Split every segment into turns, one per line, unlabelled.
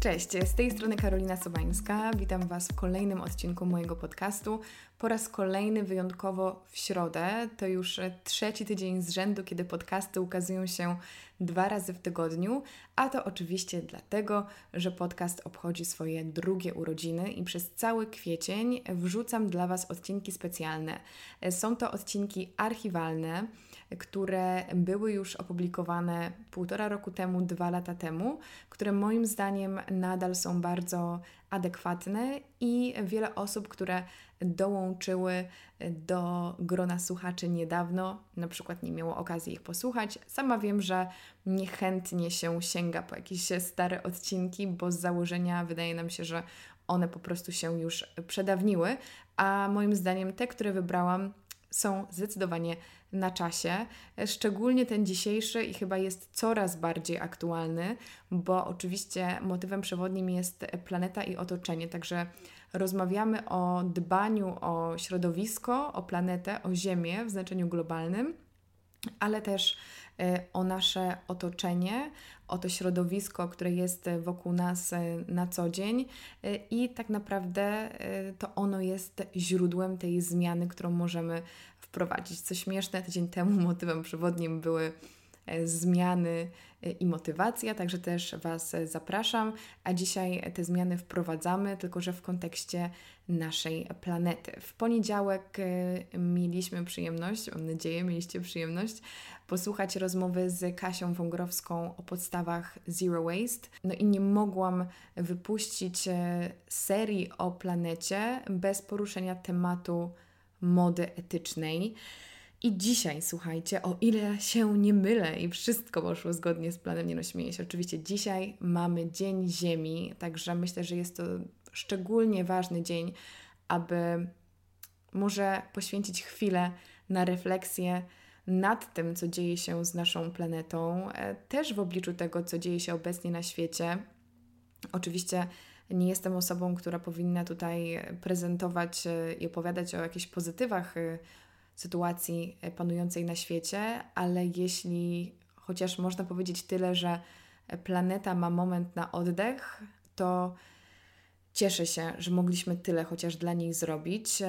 Cześć, z tej strony Karolina Sobańska. Witam Was w kolejnym odcinku mojego podcastu. Po raz kolejny wyjątkowo w środę. To już trzeci tydzień z rzędu, kiedy podcasty ukazują się 2 razy w tygodniu, a to oczywiście dlatego, że podcast obchodzi swoje drugie urodziny i przez cały kwiecień wrzucam dla Was odcinki specjalne. Są to odcinki archiwalne, które były już opublikowane 1,5 roku temu, 2 lata temu, które moim zdaniem nadal są bardzo adekwatne i wiele osób, które dołączyły do grona słuchaczy niedawno, na przykład nie miało okazji ich posłuchać. Sama wiem, że niechętnie się sięga po jakieś stare odcinki, bo z założenia wydaje nam się, że one po prostu się już przedawniły, a moim zdaniem te, które wybrałam, są zdecydowanie na czasie, szczególnie ten dzisiejszy i chyba jest coraz bardziej aktualny, bo oczywiście motywem przewodnim jest planeta i otoczenie, także rozmawiamy o dbaniu o środowisko, o planetę, o Ziemię w znaczeniu globalnym, ale też o nasze otoczenie, o to środowisko, które jest wokół nas na co dzień i tak naprawdę to ono jest źródłem tej zmiany, którą możemy wprowadzić. Co śmieszne, tydzień temu motywem przewodnim były zmiany i motywacja, także też Was zapraszam, a dzisiaj te zmiany wprowadzamy, tylko że w kontekście naszej planety. W poniedziałek mieliśmy przyjemność, mam nadzieję, mieliście przyjemność posłuchać rozmowy z Kasią Wągrowską o podstawach Zero Waste. No i nie mogłam wypuścić serii o planecie bez poruszenia tematu mody etycznej. I dzisiaj, słuchajcie, o ile się nie mylę i wszystko poszło zgodnie z planem, nie no śmieję się, oczywiście dzisiaj mamy Dzień Ziemi, także myślę, że jest to szczególnie ważny dzień, aby może poświęcić chwilę na refleksję nad tym, co dzieje się z naszą planetą, też w obliczu tego, co dzieje się obecnie na świecie. Oczywiście nie jestem osobą, która powinna tutaj prezentować i opowiadać o jakichś pozytywach sytuacji panującej na świecie, ale jeśli chociaż można powiedzieć tyle, że planeta ma moment na oddech, to cieszę się, że mogliśmy tyle chociaż dla niej zrobić.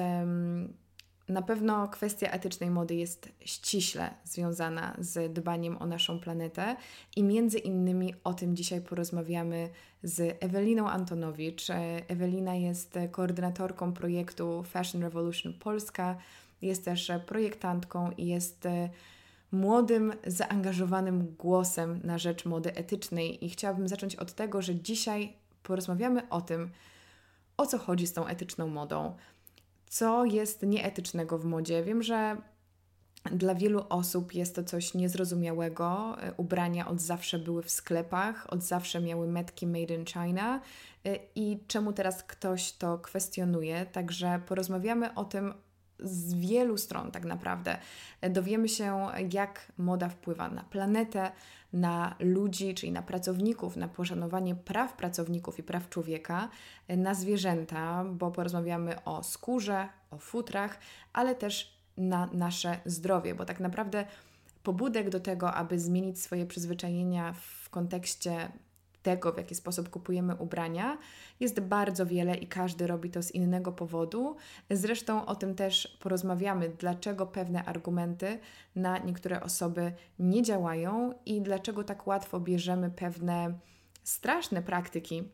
Na pewno kwestia etycznej mody jest ściśle związana z dbaniem o naszą planetę i między innymi o tym dzisiaj porozmawiamy z Eweliną Antonowicz. Ewelina jest koordynatorką projektu Fashion Revolution Polska, jest też projektantką i jest młodym, zaangażowanym głosem na rzecz mody etycznej i chciałabym zacząć od tego, że dzisiaj porozmawiamy o tym, o co chodzi z tą etyczną modą. Co jest nieetycznego w modzie? Wiem, że dla wielu osób jest to coś niezrozumiałego. Ubrania od zawsze były w sklepach, od zawsze miały metki Made in China i czemu teraz ktoś to kwestionuje? Także porozmawiamy o tym z wielu stron tak naprawdę. Dowiemy się, jak moda wpływa na planetę, na ludzi, czyli na pracowników, na poszanowanie praw pracowników i praw człowieka, na zwierzęta, bo porozmawiamy o skórze, o futrach, ale też na nasze zdrowie, bo tak naprawdę pobudek do tego, aby zmienić swoje przyzwyczajenia w kontekście tego, w jaki sposób kupujemy ubrania, jest bardzo wiele i każdy robi to z innego powodu. Zresztą o tym też porozmawiamy, dlaczego pewne argumenty na niektóre osoby nie działają i dlaczego tak łatwo bierzemy pewne straszne praktyki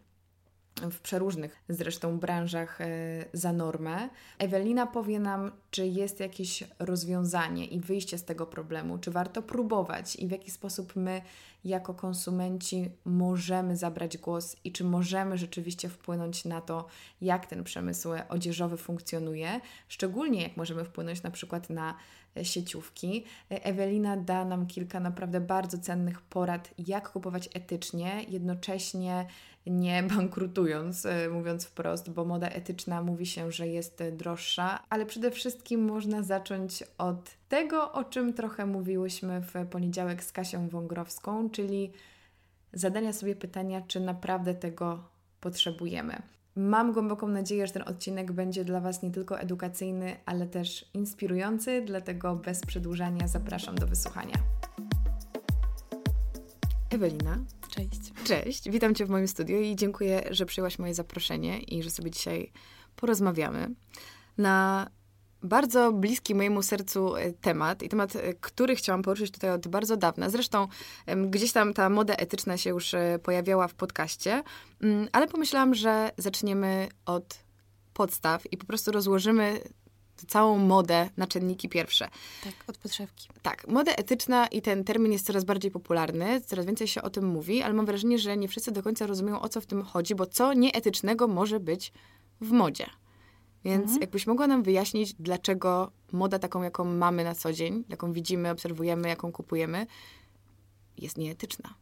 w przeróżnych zresztą branżach za normę. Ewelina powie nam, czy jest jakieś rozwiązanie i wyjście z tego problemu, czy warto próbować i w jaki sposób my jako konsumenci możemy zabrać głos i czy możemy rzeczywiście wpłynąć na to, jak ten przemysł odzieżowy funkcjonuje, szczególnie jak możemy wpłynąć na przykład na sieciówki. Ewelina da nam kilka naprawdę bardzo cennych porad, jak kupować etycznie, jednocześnie nie bankrutując, mówiąc wprost, bo moda etyczna mówi się, że jest droższa, ale przede wszystkim można zacząć od tego, o czym trochę mówiłyśmy w poniedziałek z Kasią Wągrowską, czyli zadania sobie pytania, czy naprawdę tego potrzebujemy. Mam głęboką nadzieję, że ten odcinek będzie dla Was nie tylko edukacyjny, ale też inspirujący, dlatego bez przedłużania zapraszam do wysłuchania. Ewelina,
Cześć.
Cześć, witam Cię w moim studiu i dziękuję, że przyjęłaś moje zaproszenie i że sobie dzisiaj porozmawiamy na bardzo bliski mojemu sercu temat i temat, który chciałam poruszyć tutaj od bardzo dawna. Zresztą gdzieś tam ta moda etyczna się już pojawiała w podcaście, ale pomyślałam, że zaczniemy od podstaw i po prostu rozłożymy całą modę na czynniki pierwsze.
Tak, od podszewki.
Tak, moda etyczna i ten termin jest coraz bardziej popularny, coraz więcej się o tym mówi, ale mam wrażenie, że nie wszyscy do końca rozumieją, o co w tym chodzi, bo co nieetycznego może być w modzie. Więc jakbyś mogła nam wyjaśnić, dlaczego moda taką, jaką mamy na co dzień, jaką widzimy, obserwujemy, jaką kupujemy, jest nieetyczna.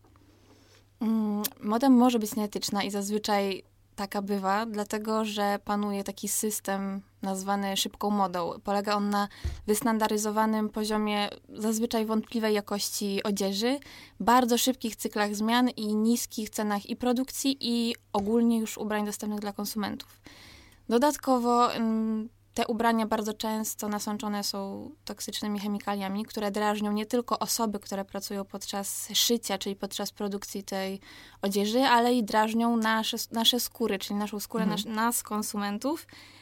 Moda może być nieetyczna i zazwyczaj taka bywa, dlatego że panuje taki system nazwany szybką modą. Polega on na wystandaryzowanym poziomie zazwyczaj wątpliwej jakości odzieży, bardzo szybkich cyklach zmian i niskich cenach i produkcji i ogólnie już ubrań dostępnych dla konsumentów. Dodatkowo te ubrania bardzo często nasączone są toksycznymi chemikaliami, które drażnią nie tylko osoby, które pracują podczas szycia, czyli podczas produkcji tej odzieży, ale i drażnią nasze skóry, czyli naszą skórę, nas konsumentów.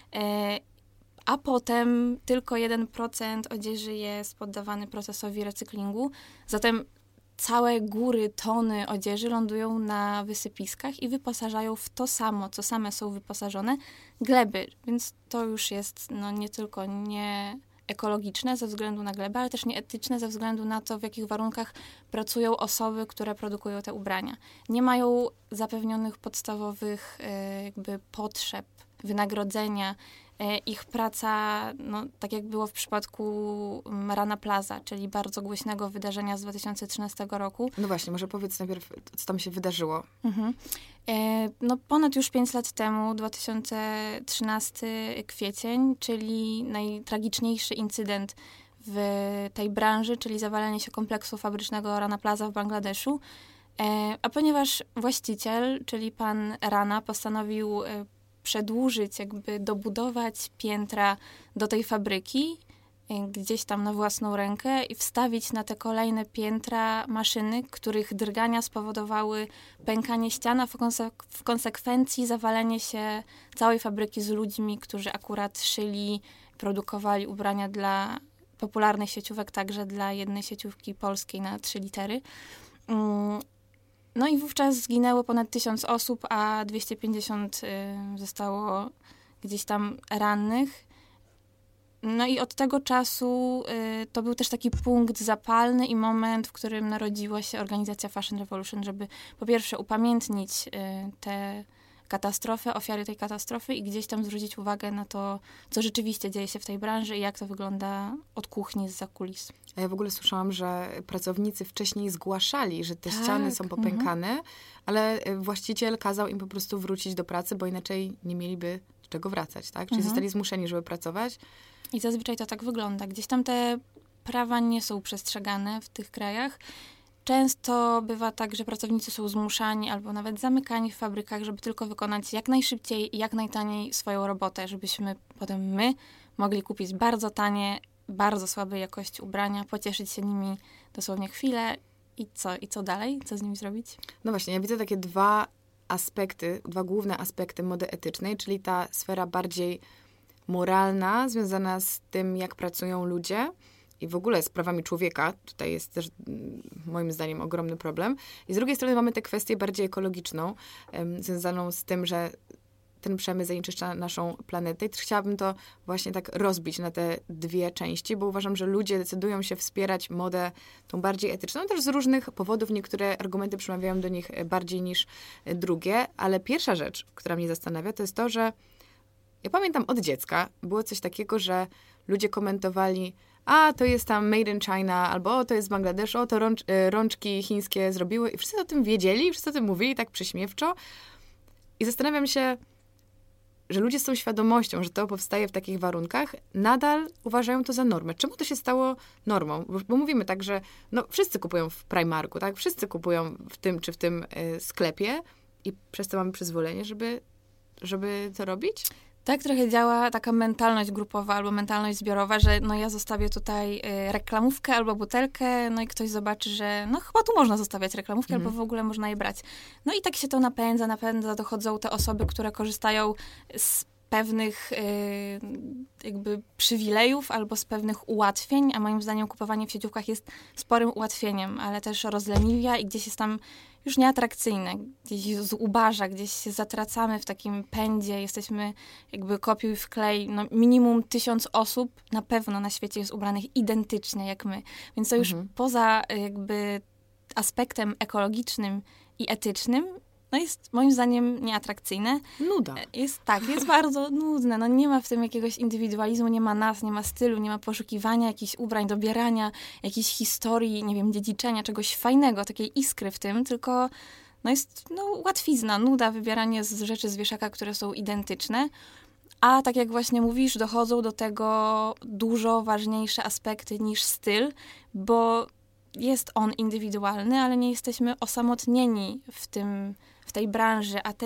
A potem tylko 1% odzieży jest poddawany procesowi recyklingu. Zatem całe góry, tony odzieży lądują na wysypiskach i wyposażają w to samo, co same są wyposażone, gleby. Więc to już jest nie tylko nieekologiczne ze względu na glebę, ale też nieetyczne ze względu na to, w jakich warunkach pracują osoby, które produkują te ubrania. Nie mają zapewnionych podstawowych potrzeb, wynagrodzenia. Ich praca, tak jak było w przypadku Rana Plaza, czyli bardzo głośnego wydarzenia z 2013 roku.
No właśnie, może powiedz najpierw, co tam się wydarzyło.
Ponad już 5 lat temu, 2013 kwiecień, czyli najtragiczniejszy incydent w tej branży, czyli zawalenie się kompleksu fabrycznego Rana Plaza w Bangladeszu. A ponieważ właściciel, czyli pan Rana, postanowił przedłużyć, dobudować piętra do tej fabryki, gdzieś tam na własną rękę i wstawić na te kolejne piętra maszyny, których drgania spowodowały pękanie ścian, a w konsekwencji zawalenie się całej fabryki z ludźmi, którzy akurat szyli, produkowali ubrania dla popularnych sieciówek, także dla jednej sieciówki polskiej na 3 litery. I wówczas zginęło ponad 1000 osób, a 250 zostało gdzieś tam rannych. I od tego czasu to był też taki punkt zapalny i moment, w którym narodziła się organizacja Fashion Revolution, żeby po pierwsze upamiętnić tę katastrofę, ofiary tej katastrofy i gdzieś tam zwrócić uwagę na to, co rzeczywiście dzieje się w tej branży i jak to wygląda od kuchni, zza kulis.
A ja w ogóle słyszałam, że pracownicy wcześniej zgłaszali, że te ściany są popękane, ale właściciel kazał im po prostu wrócić do pracy, bo inaczej nie mieliby do czego wracać, tak? Czyli zostali zmuszeni, żeby pracować.
I zazwyczaj to tak wygląda. Gdzieś tam te prawa nie są przestrzegane w tych krajach. Często bywa tak, że pracownicy są zmuszani albo nawet zamykani w fabrykach, żeby tylko wykonać jak najszybciej i jak najtaniej swoją robotę, żebyśmy potem my mogli kupić bardzo tanie, bardzo słabej jakości ubrania, pocieszyć się nimi dosłownie chwilę i co dalej? Co z nimi zrobić?
No właśnie, ja widzę takie dwa główne aspekty mody etycznej, czyli ta sfera bardziej moralna, związana z tym, jak pracują ludzie i w ogóle z prawami człowieka. Tutaj jest też moim zdaniem ogromny problem. I z drugiej strony mamy tę kwestię bardziej ekologiczną, związaną z tym, że ten przemysł zanieczyszcza naszą planetę. I też chciałabym to właśnie tak rozbić na te dwie części, bo uważam, że ludzie decydują się wspierać modę tą bardziej etyczną, też z różnych powodów. Niektóre argumenty przemawiają do nich bardziej niż drugie, ale pierwsza rzecz, która mnie zastanawia, to jest to, że ja pamiętam od dziecka było coś takiego, że ludzie komentowali: a to jest tam made in China, albo to jest z Bangladeszu, to rączki chińskie zrobiły. I wszyscy o tym wiedzieli, wszyscy o tym mówili tak prześmiewczo. I zastanawiam się, że ludzie z tą świadomością, że to powstaje w takich warunkach, nadal uważają to za normę. Czemu to się stało normą? Bo mówimy tak, że wszyscy kupują w Primarku, tak? Wszyscy kupują w tym czy w tym sklepie i przez to mamy przyzwolenie, żeby to robić?
Tak trochę działa taka mentalność grupowa albo mentalność zbiorowa, że no ja zostawię tutaj reklamówkę albo butelkę, no i ktoś zobaczy, że no chyba tu można zostawiać reklamówki albo w ogóle można je brać. No i tak się to napędza, dochodzą te osoby, które korzystają z pewnych jakby przywilejów albo z pewnych ułatwień, a moim zdaniem kupowanie w sieciówkach jest sporym ułatwieniem, ale też rozleniwia i gdzieś jest tam już nieatrakcyjne, gdzieś zubaża, gdzieś się zatracamy w takim pędzie, jesteśmy jakby kopiuj wklej, no minimum 1000 osób na pewno na świecie jest ubranych identycznie jak my, więc to już poza jakby aspektem ekologicznym i etycznym, no jest moim zdaniem nieatrakcyjne.
Nuda.
Jest bardzo nudne. No nie ma w tym jakiegoś indywidualizmu, nie ma nas, nie ma stylu, nie ma poszukiwania jakichś ubrań, dobierania, jakiejś historii, nie wiem, dziedziczenia, czegoś fajnego, takiej iskry w tym, tylko no jest łatwizna, nuda, wybieranie z rzeczy z wieszaka, które są identyczne. A tak jak właśnie mówisz, dochodzą do tego dużo ważniejsze aspekty niż styl, bo jest on indywidualny, ale nie jesteśmy osamotnieni w tej branży, a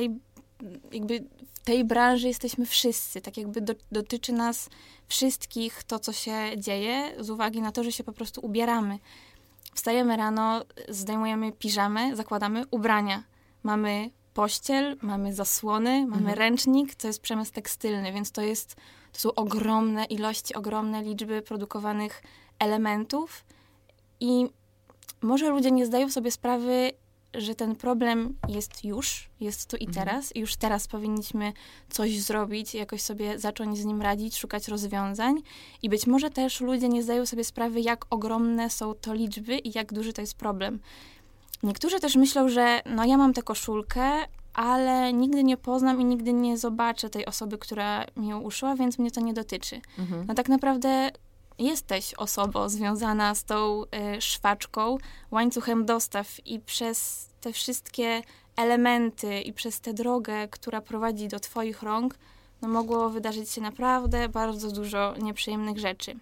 w tej branży jesteśmy wszyscy. Tak jakby dotyczy nas wszystkich to, co się dzieje, z uwagi na to, że się po prostu ubieramy. Wstajemy rano, zdejmujemy piżamę, zakładamy ubrania. Mamy pościel, mamy zasłony, mamy ręcznik, to jest przemysł tekstylny, więc to są ogromne ilości, ogromne liczby produkowanych elementów i może ludzie nie zdają sobie sprawy, że ten problem jest tu i teraz i już teraz powinniśmy coś zrobić, jakoś sobie zacząć z nim radzić, szukać rozwiązań i być może też ludzie nie zdają sobie sprawy, jak ogromne są to liczby i jak duży to jest problem. Niektórzy też myślą, że no ja mam tę koszulkę, ale nigdy nie poznam i nigdy nie zobaczę tej osoby, która mi ją uszyła, więc mnie to nie dotyczy. No tak naprawdę jesteś osobą związana z tą szwaczką, łańcuchem dostaw i przez te wszystkie elementy i przez tę drogę, która prowadzi do twoich rąk, no mogło wydarzyć się naprawdę bardzo dużo nieprzyjemnych rzeczy.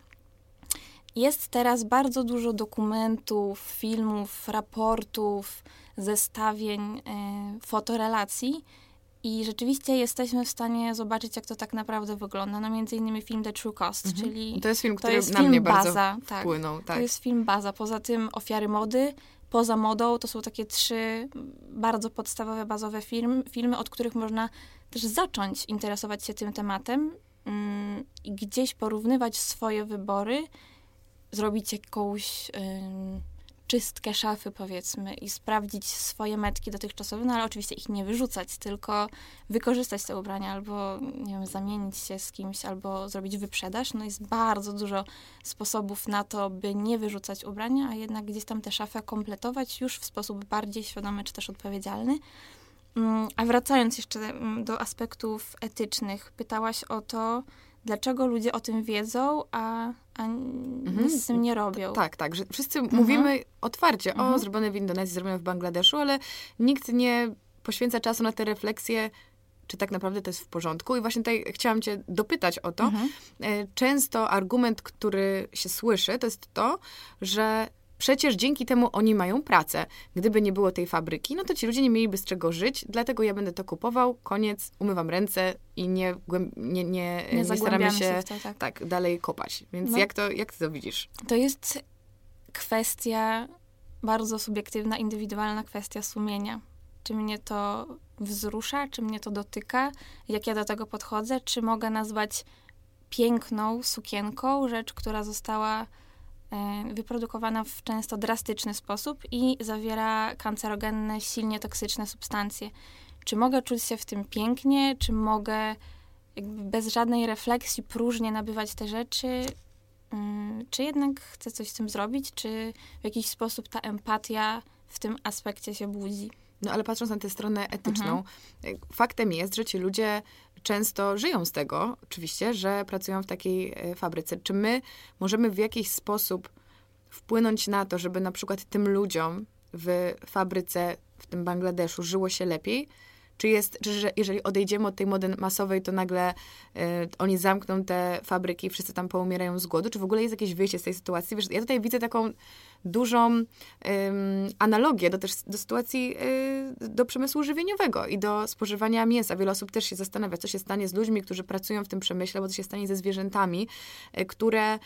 Jest teraz bardzo dużo dokumentów, filmów, raportów, zestawień, fotorelacji i rzeczywiście jesteśmy w stanie zobaczyć, jak to tak naprawdę wygląda. No między innymi film The True Cost, czyli...
To jest film, który na mnie bardzo wpłynął.
Tak. To jest film baza. Poza tym Ofiary mody, Poza modą, to są takie 3 bardzo podstawowe, bazowe filmy, od których można też zacząć interesować się tym tematem i gdzieś porównywać swoje wybory, zrobić jakąś czystkę szafy, powiedzmy, i sprawdzić swoje metki dotychczasowe, no ale oczywiście ich nie wyrzucać, tylko wykorzystać te ubrania, albo, nie wiem, zamienić się z kimś, albo zrobić wyprzedaż. No jest bardzo dużo sposobów na to, by nie wyrzucać ubrania, a jednak gdzieś tam tę szafę kompletować już w sposób bardziej świadomy, czy też odpowiedzialny. A wracając jeszcze do aspektów etycznych, pytałaś o to, dlaczego ludzie o tym wiedzą, a nic z tym nie robią.
Tak, że wszyscy mówimy otwarcie, zrobione w Indonezji, zrobione w Bangladeszu, ale nikt nie poświęca czasu na te refleksje, czy tak naprawdę to jest w porządku. I właśnie tutaj chciałam cię dopytać o to. Często argument, który się słyszy, to jest to, że przecież dzięki temu oni mają pracę. Gdyby nie było tej fabryki, no to ci ludzie nie mieliby z czego żyć, dlatego ja będę to kupował, koniec, umywam ręce i nie staramy się w to, tak dalej kopać. Więc jak ty to widzisz?
To jest kwestia bardzo subiektywna, indywidualna kwestia sumienia. Czy mnie to wzrusza, czy mnie to dotyka, jak ja do tego podchodzę, czy mogę nazwać piękną sukienką rzecz, która została wyprodukowana w często drastyczny sposób i zawiera kancerogenne, silnie toksyczne substancje. Czy mogę czuć się w tym pięknie, czy mogę jakby bez żadnej refleksji próżnie nabywać te rzeczy, czy jednak chcę coś z tym zrobić, czy w jakiś sposób ta empatia w tym aspekcie się budzi.
No ale patrząc na tę stronę etyczną, faktem jest, że ci ludzie często żyją z tego, oczywiście, że pracują w takiej fabryce. Czy my możemy w jakiś sposób wpłynąć na to, żeby na przykład tym ludziom w fabryce w tym Bangladeszu żyło się lepiej? Czy jeżeli odejdziemy od tej mody masowej, to nagle oni zamkną te fabryki i wszyscy tam poumierają z głodu? Czy w ogóle jest jakieś wyjście z tej sytuacji? Wiesz, ja tutaj widzę taką dużą analogię do sytuacji do przemysłu żywieniowego i do spożywania mięsa. Wiele osób też się zastanawia, co się stanie z ludźmi, którzy pracują w tym przemyśle, bo co się stanie ze zwierzętami, które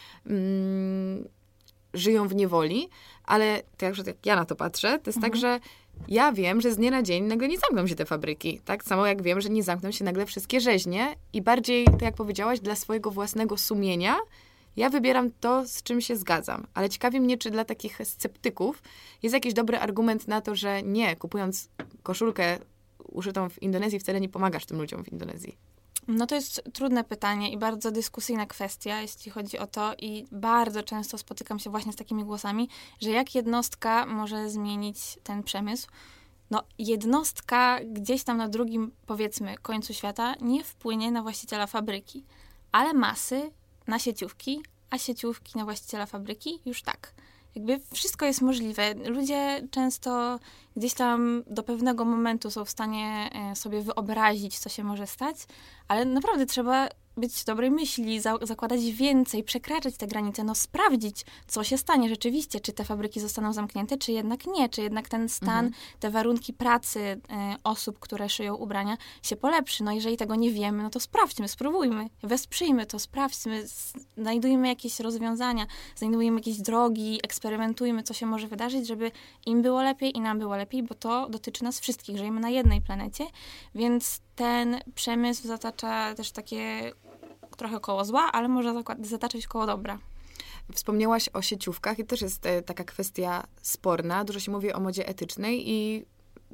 żyją w niewoli, ale tak, że jak ja na to patrzę, to jest tak, że ja wiem, że z dnia na dzień nagle nie zamkną się te fabryki. Tak samo jak wiem, że nie zamkną się nagle wszystkie rzeźnie i bardziej, tak jak powiedziałaś, dla swojego własnego sumienia ja wybieram to, z czym się zgadzam. Ale ciekawi mnie, czy dla takich sceptyków jest jakiś dobry argument na to, że nie, kupując koszulkę uszytą w Indonezji, wcale nie pomagasz tym ludziom w Indonezji.
No to jest trudne pytanie i bardzo dyskusyjna kwestia, jeśli chodzi o to, i bardzo często spotykam się właśnie z takimi głosami, że jak jednostka może zmienić ten przemysł. No, jednostka gdzieś tam na drugim, powiedzmy, końcu świata nie wpłynie na właściciela fabryki, ale masy na sieciówki, a sieciówki na właściciela fabryki już tak. Jakby wszystko jest możliwe. Ludzie często gdzieś tam do pewnego momentu są w stanie sobie wyobrazić, co się może stać, ale naprawdę trzeba być dobrej myśli, zakładać więcej, przekraczać te granice, no sprawdzić, co się stanie rzeczywiście, czy te fabryki zostaną zamknięte, czy jednak nie, czy jednak ten stan, te warunki pracy osób, które szyją ubrania się polepszy. No jeżeli tego nie wiemy, no to sprawdźmy, spróbujmy, wesprzyjmy to, sprawdźmy, znajdujmy jakieś rozwiązania, znajdujmy jakieś drogi, eksperymentujmy, co się może wydarzyć, żeby im było lepiej i nam było lepiej, bo to dotyczy nas wszystkich, żyjemy na jednej planecie, więc ten przemysł zatacza też takie trochę koło zła, ale może zataczać koło dobra.
Wspomniałaś o sieciówkach i też jest taka kwestia sporna. Dużo się mówi o modzie etycznej i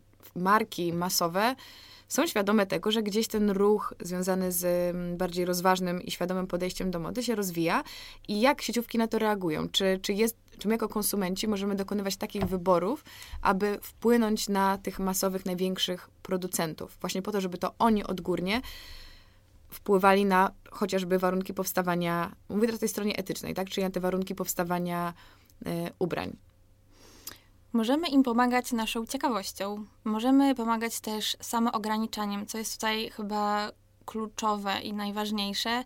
marki masowe są świadome tego, że gdzieś ten ruch związany z bardziej rozważnym i świadomym podejściem do mody się rozwija i jak sieciówki na to reagują? Czy my jako konsumenci możemy dokonywać takich wyborów, aby wpłynąć na tych masowych, największych producentów? Właśnie po to, żeby to oni odgórnie wpływali na chociażby warunki powstawania, mówię teraz o tej stronie etycznej, tak? Czyli na te warunki powstawania ubrań.
Możemy im pomagać naszą ciekawością. Możemy pomagać też samoograniczaniem, co jest tutaj chyba kluczowe i najważniejsze.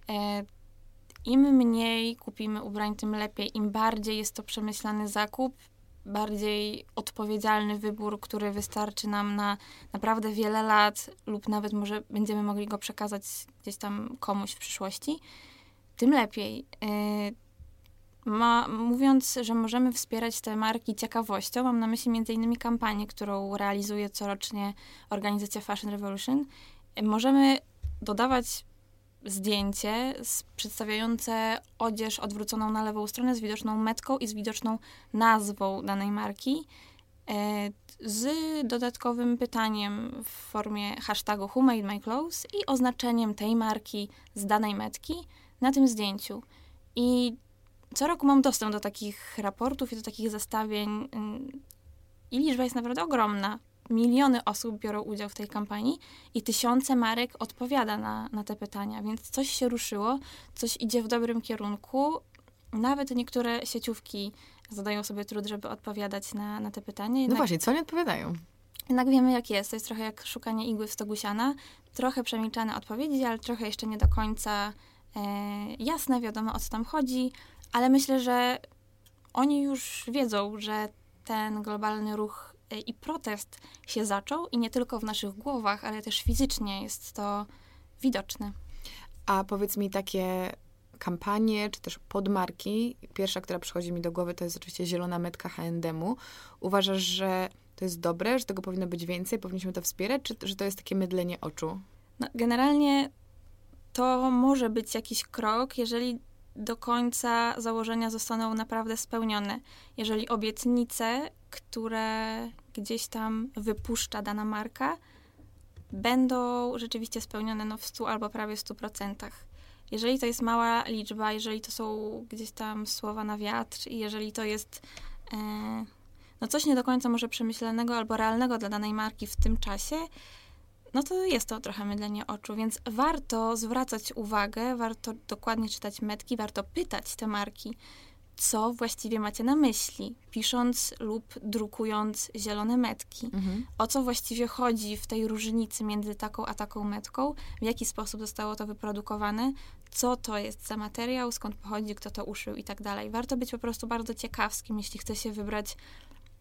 Im mniej kupimy ubrań, tym lepiej. Im bardziej jest to przemyślany zakup, bardziej odpowiedzialny wybór, który wystarczy nam na naprawdę wiele lat lub nawet może będziemy mogli go przekazać gdzieś tam komuś w przyszłości, tym lepiej. Mówiąc, że możemy wspierać te marki ciekawością, mam na myśli m.in. kampanię, którą realizuje corocznie organizacja Fashion Revolution. Możemy dodawać zdjęcie przedstawiające odzież odwróconą na lewą stronę z widoczną metką i z widoczną nazwą danej marki z dodatkowym pytaniem w formie hashtagu Who Made My Clothes i oznaczeniem tej marki z danej metki na tym zdjęciu. I co roku mam dostęp do takich raportów i do takich zestawień i liczba jest naprawdę ogromna. Miliony osób biorą udział w tej kampanii i tysiące marek odpowiada na te pytania, więc coś się ruszyło, coś idzie w dobrym kierunku. Nawet niektóre sieciówki zadają sobie trud, żeby odpowiadać na te pytania.
Jednak, no właśnie, co oni odpowiadają?
Jednak wiemy, jak jest. To jest trochę jak szukanie igły w stogu siana. Trochę przemilczane odpowiedzi, ale trochę jeszcze nie do końca jasne, wiadomo, o co tam chodzi. Ale myślę, że oni już wiedzą, że ten globalny ruch i protest się zaczął i nie tylko w naszych głowach, ale też fizycznie jest to widoczne.
A powiedz mi, takie kampanie, czy też podmarki, pierwsza, która przychodzi mi do głowy, to jest oczywiście zielona metka H&M-u. Uważasz, że to jest dobre, że tego powinno być więcej, powinniśmy to wspierać, czy że to jest takie mydlenie oczu?
No, generalnie to może być jakiś krok, jeżeli do końca założenia zostaną naprawdę spełnione. Jeżeli obietnice, które gdzieś tam wypuszcza dana marka, będą rzeczywiście spełnione w 100 albo prawie 100%. Jeżeli to jest mała liczba, jeżeli to są gdzieś tam słowa na wiatr i jeżeli to jest coś nie do końca może przemyślanego albo realnego dla danej marki w tym czasie, no to jest to trochę mydlenie oczu, więc warto zwracać uwagę, warto dokładnie czytać metki, warto pytać te marki, co właściwie macie na myśli, pisząc lub drukując zielone metki. O co właściwie chodzi w tej różnicy między taką a taką metką, w jaki sposób zostało to wyprodukowane, co to jest za materiał, skąd pochodzi, kto to uszył i tak dalej. Warto być po prostu bardzo ciekawskim, jeśli chce się wybrać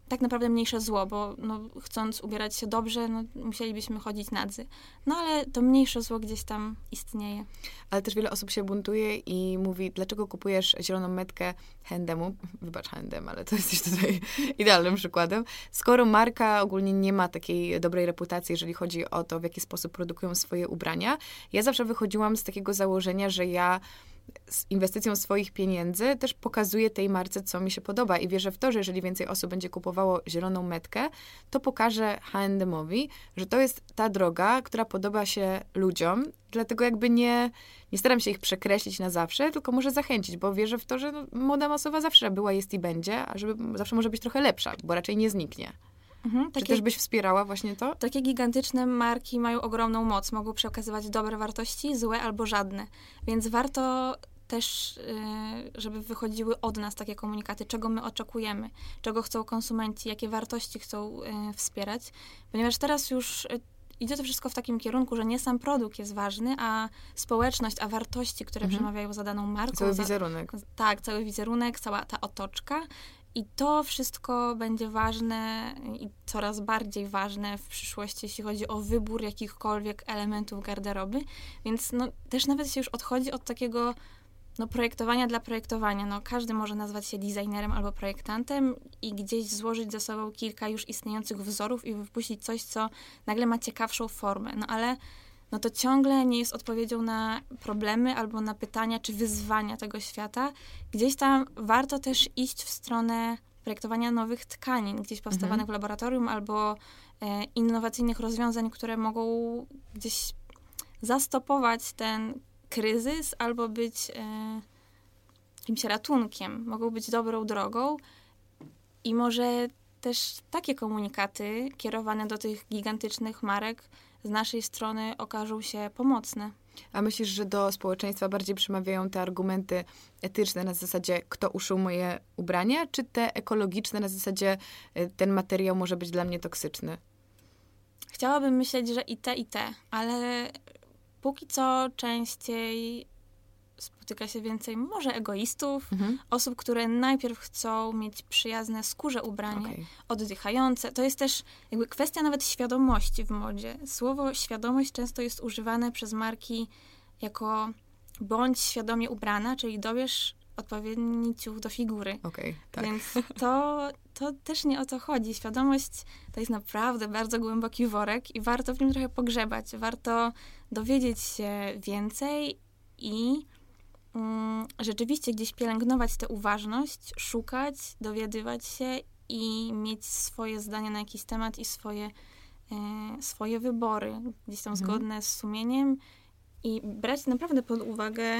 tak naprawdę mniejsze zło, bo no, chcąc ubierać się dobrze, no, musielibyśmy chodzić nadzy. No ale to mniejsze zło gdzieś tam istnieje.
Ale też wiele osób się buntuje i mówi, dlaczego kupujesz zieloną metkę H&M-u? Wybacz H&M, ale to jesteś tutaj idealnym przykładem. Skoro marka ogólnie nie ma takiej dobrej reputacji, jeżeli chodzi o to, w jaki sposób produkują swoje ubrania. Ja zawsze wychodziłam z takiego założenia, że ja z inwestycją swoich pieniędzy też pokazuję tej marce, co mi się podoba i wierzę w to, że jeżeli więcej osób będzie kupowało zieloną metkę, to pokaże H&M-owi, że to jest ta droga, która podoba się ludziom, dlatego jakby nie staram się ich przekreślić na zawsze, tylko może zachęcić, bo wierzę w to, że no, moda masowa zawsze była, jest i będzie, a żeby zawsze może być trochę lepsza, bo raczej nie zniknie. Czy też byś wspierała właśnie to?
Takie gigantyczne marki mają ogromną moc. Mogą przekazywać dobre wartości, złe albo żadne. Więc warto też, żeby wychodziły od nas takie komunikaty, czego my oczekujemy, czego chcą konsumenci, jakie wartości chcą wspierać. Ponieważ teraz już idzie to wszystko w takim kierunku, że nie sam produkt jest ważny, a społeczność, a wartości, które przemawiają za daną marką.
Cały wizerunek.
Tak, cały wizerunek, cała ta otoczka. I to wszystko będzie ważne i coraz bardziej ważne w przyszłości, jeśli chodzi o wybór jakichkolwiek elementów garderoby. Więc no, też nawet się już odchodzi od takiego projektowania dla projektowania. No, każdy może nazwać się designerem albo projektantem i gdzieś złożyć ze sobą kilka już istniejących wzorów i wypuścić coś, co nagle ma ciekawszą formę. No ale no to ciągle nie jest odpowiedzią na problemy albo na pytania czy wyzwania tego świata. Gdzieś tam warto też iść w stronę projektowania nowych tkanin, gdzieś powstawanych w laboratorium albo innowacyjnych rozwiązań, które mogą gdzieś zastopować ten kryzys albo być jakimś ratunkiem, mogą być dobrą drogą i może też takie komunikaty kierowane do tych gigantycznych marek z naszej strony okażą się pomocne.
A myślisz, że do społeczeństwa bardziej przemawiają te argumenty etyczne na zasadzie, kto uszył moje ubrania, czy te ekologiczne na zasadzie, ten materiał może być dla mnie toksyczny?
Chciałabym myśleć, że i te, ale póki co częściej spotyka się więcej może egoistów, osób, które najpierw chcą mieć przyjazne skórze ubranie, oddychające. To jest też jakby kwestia nawet świadomości w modzie. Słowo świadomość często jest używane przez marki jako bądź świadomie ubrana, czyli dobierz odpowiedni ciuch do figury.
Tak.
Więc to też nie o to chodzi. Świadomość to jest naprawdę bardzo głęboki worek i warto w nim trochę pogrzebać. Warto dowiedzieć się więcej i rzeczywiście gdzieś pielęgnować tę uważność, szukać, dowiadywać się i mieć swoje zdanie na jakiś temat i swoje wybory, gdzieś tam zgodne z sumieniem i brać naprawdę pod uwagę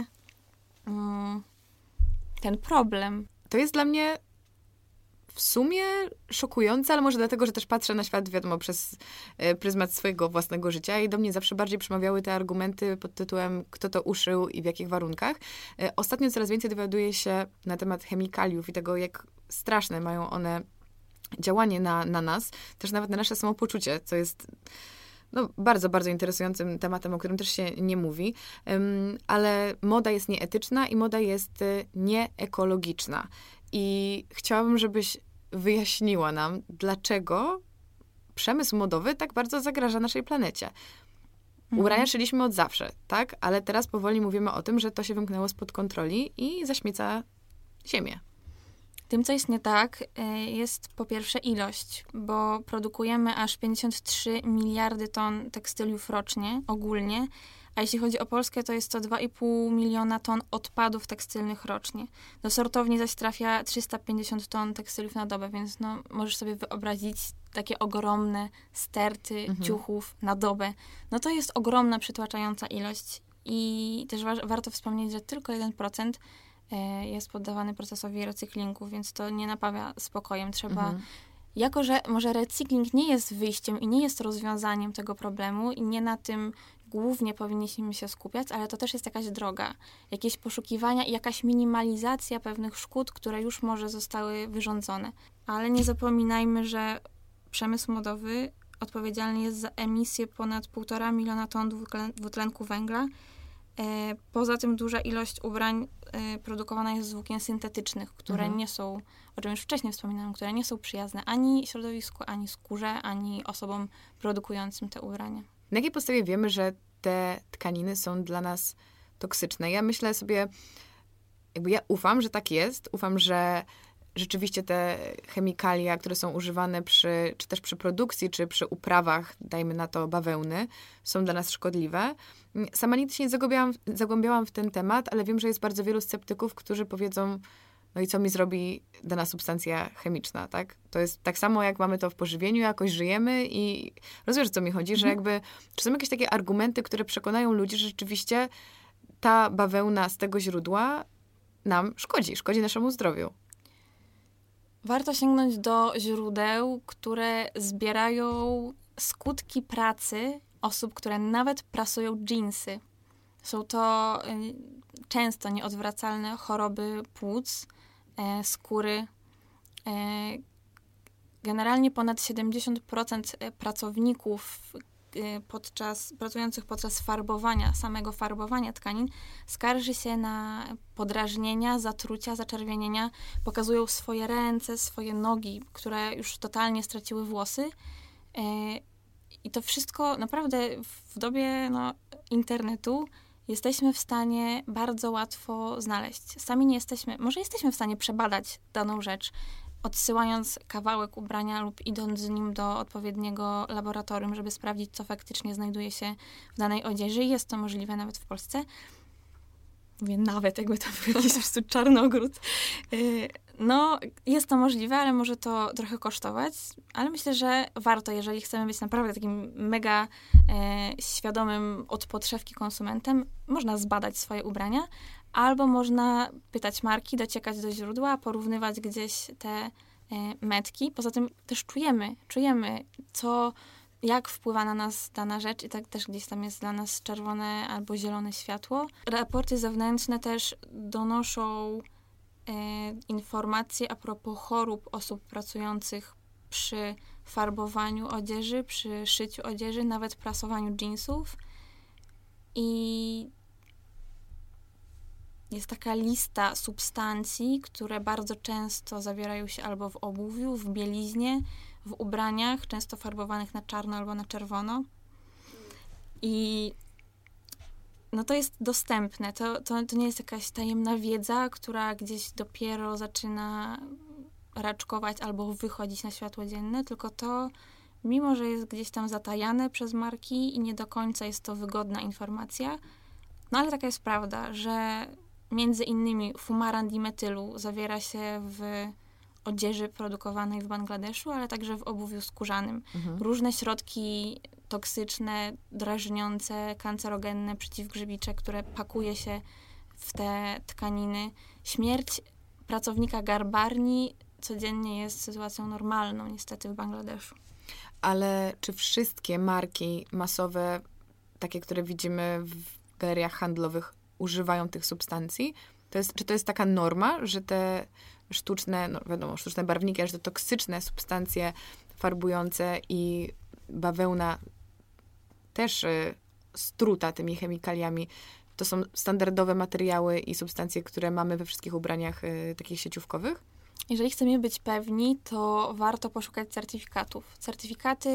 ten problem.
To jest dla mnie w sumie szokujące, ale może dlatego, że też patrzę na świat, wiadomo, przez pryzmat swojego własnego życia i do mnie zawsze bardziej przemawiały te argumenty pod tytułem kto to uszył i w jakich warunkach. Ostatnio coraz więcej dowiaduję się na temat chemikaliów i tego, jak straszne mają one działanie na nas, też nawet na nasze samopoczucie, co jest bardzo, bardzo interesującym tematem, o którym też się nie mówi, ale moda jest nieetyczna i moda jest nieekologiczna. I chciałabym, żebyś wyjaśniła nam, dlaczego przemysł modowy tak bardzo zagraża naszej planecie. Ubrania szyliśmy od zawsze, tak? Ale teraz powoli mówimy o tym, że to się wymknęło spod kontroli i zaśmieca ziemię.
Tym, co jest nie tak, jest po pierwsze ilość, bo produkujemy aż 53 miliardy ton tekstyliów rocznie, ogólnie, a jeśli chodzi o Polskę, to jest to 2,5 miliona ton odpadów tekstylnych rocznie. Do sortowni zaś trafia 350 ton tekstyliów na dobę, więc możesz sobie wyobrazić takie ogromne sterty ciuchów na dobę. To jest ogromna, przytłaczająca ilość i też warto wspomnieć, że tylko 1% jest poddawany procesowi recyklingu, więc to nie napawia spokojem. Trzeba, jako że może recykling nie jest wyjściem i nie jest rozwiązaniem tego problemu i nie na tym głównie powinniśmy się skupiać, ale to też jest jakaś droga, jakieś poszukiwania i jakaś minimalizacja pewnych szkód, które już może zostały wyrządzone. Ale nie zapominajmy, że przemysł modowy odpowiedzialny jest za emisję ponad 1,5 miliona ton dwutlenku węgla, Poza tym duża ilość ubrań produkowana jest z włókien syntetycznych, które nie są, o czym już wcześniej wspominałam, które nie są przyjazne ani środowisku, ani skórze, ani osobom produkującym te ubrania.
Na jakiej podstawie wiemy, że te tkaniny są dla nas toksyczne? Ja myślę sobie, ja ufam, że tak jest. Ufam, że rzeczywiście te chemikalia, które są używane czy też przy produkcji, czy przy uprawach, dajmy na to bawełny, są dla nas szkodliwe. Sama nigdy się nie zagłębiałam w ten temat, ale wiem, że jest bardzo wielu sceptyków, którzy powiedzą, no i co mi zrobi dana substancja chemiczna, tak? To jest tak samo, jak mamy to w pożywieniu, jakoś żyjemy i rozumiesz, o co mi chodzi, że jakby, czy są jakieś takie argumenty, które przekonają ludzi, że rzeczywiście ta bawełna z tego źródła nam szkodzi naszemu zdrowiu.
Warto sięgnąć do źródeł, które zbierają skutki pracy osób, które nawet prasują dżinsy. Są to często nieodwracalne choroby płuc, skóry. Generalnie ponad 70% pracowników pracujących podczas samego farbowania tkanin, skarży się na podrażnienia, zatrucia, zaczerwienienia. Pokazują swoje ręce, swoje nogi, które już totalnie straciły włosy. I to wszystko naprawdę w dobie internetu jesteśmy w stanie bardzo łatwo znaleźć. Sami nie jesteśmy, może jesteśmy w stanie przebadać daną rzecz, odsyłając kawałek ubrania lub idąc z nim do odpowiedniego laboratorium, żeby sprawdzić, co faktycznie znajduje się w danej odzieży. Jest to możliwe nawet w Polsce. Mówię nawet, jakby to był jakiś po prostu czarnogród. Jest to możliwe, ale może to trochę kosztować. Ale myślę, że warto, jeżeli chcemy być naprawdę takim mega świadomym od podszewki konsumentem, można zbadać swoje ubrania, albo można pytać marki, dociekać do źródła, porównywać gdzieś te metki. Poza tym też czujemy, jak wpływa na nas dana rzecz i tak też gdzieś tam jest dla nas czerwone albo zielone światło. Raporty zewnętrzne też donoszą informacje a propos chorób osób pracujących przy farbowaniu odzieży, przy szyciu odzieży, nawet prasowaniu dżinsów. I jest taka lista substancji, które bardzo często zawierają się albo w obuwiu, w bieliźnie, w ubraniach, często farbowanych na czarno albo na czerwono. I to jest dostępne. To nie jest jakaś tajemna wiedza, która gdzieś dopiero zaczyna raczkować albo wychodzić na światło dzienne, tylko to, mimo że jest gdzieś tam zatajane przez marki i nie do końca jest to wygodna informacja, ale taka jest prawda, że między innymi fumaran dimetylu zawiera się w odzieży produkowanej w Bangladeszu, ale także w obuwiu skórzanym. Różne środki toksyczne, drażniące, kancerogenne, przeciwgrzybicze, które pakuje się w te tkaniny. Śmierć pracownika garbarni codziennie jest sytuacją normalną, niestety, w Bangladeszu.
Ale czy wszystkie marki masowe, takie, które widzimy w galeriach handlowych, używają tych substancji? Czy to jest taka norma, że te sztuczne barwniki, że te toksyczne substancje farbujące i bawełna też struta tymi chemikaliami, to są standardowe materiały i substancje, które mamy we wszystkich ubraniach takich sieciówkowych?
Jeżeli chcemy być pewni, to warto poszukać certyfikatów. Certyfikaty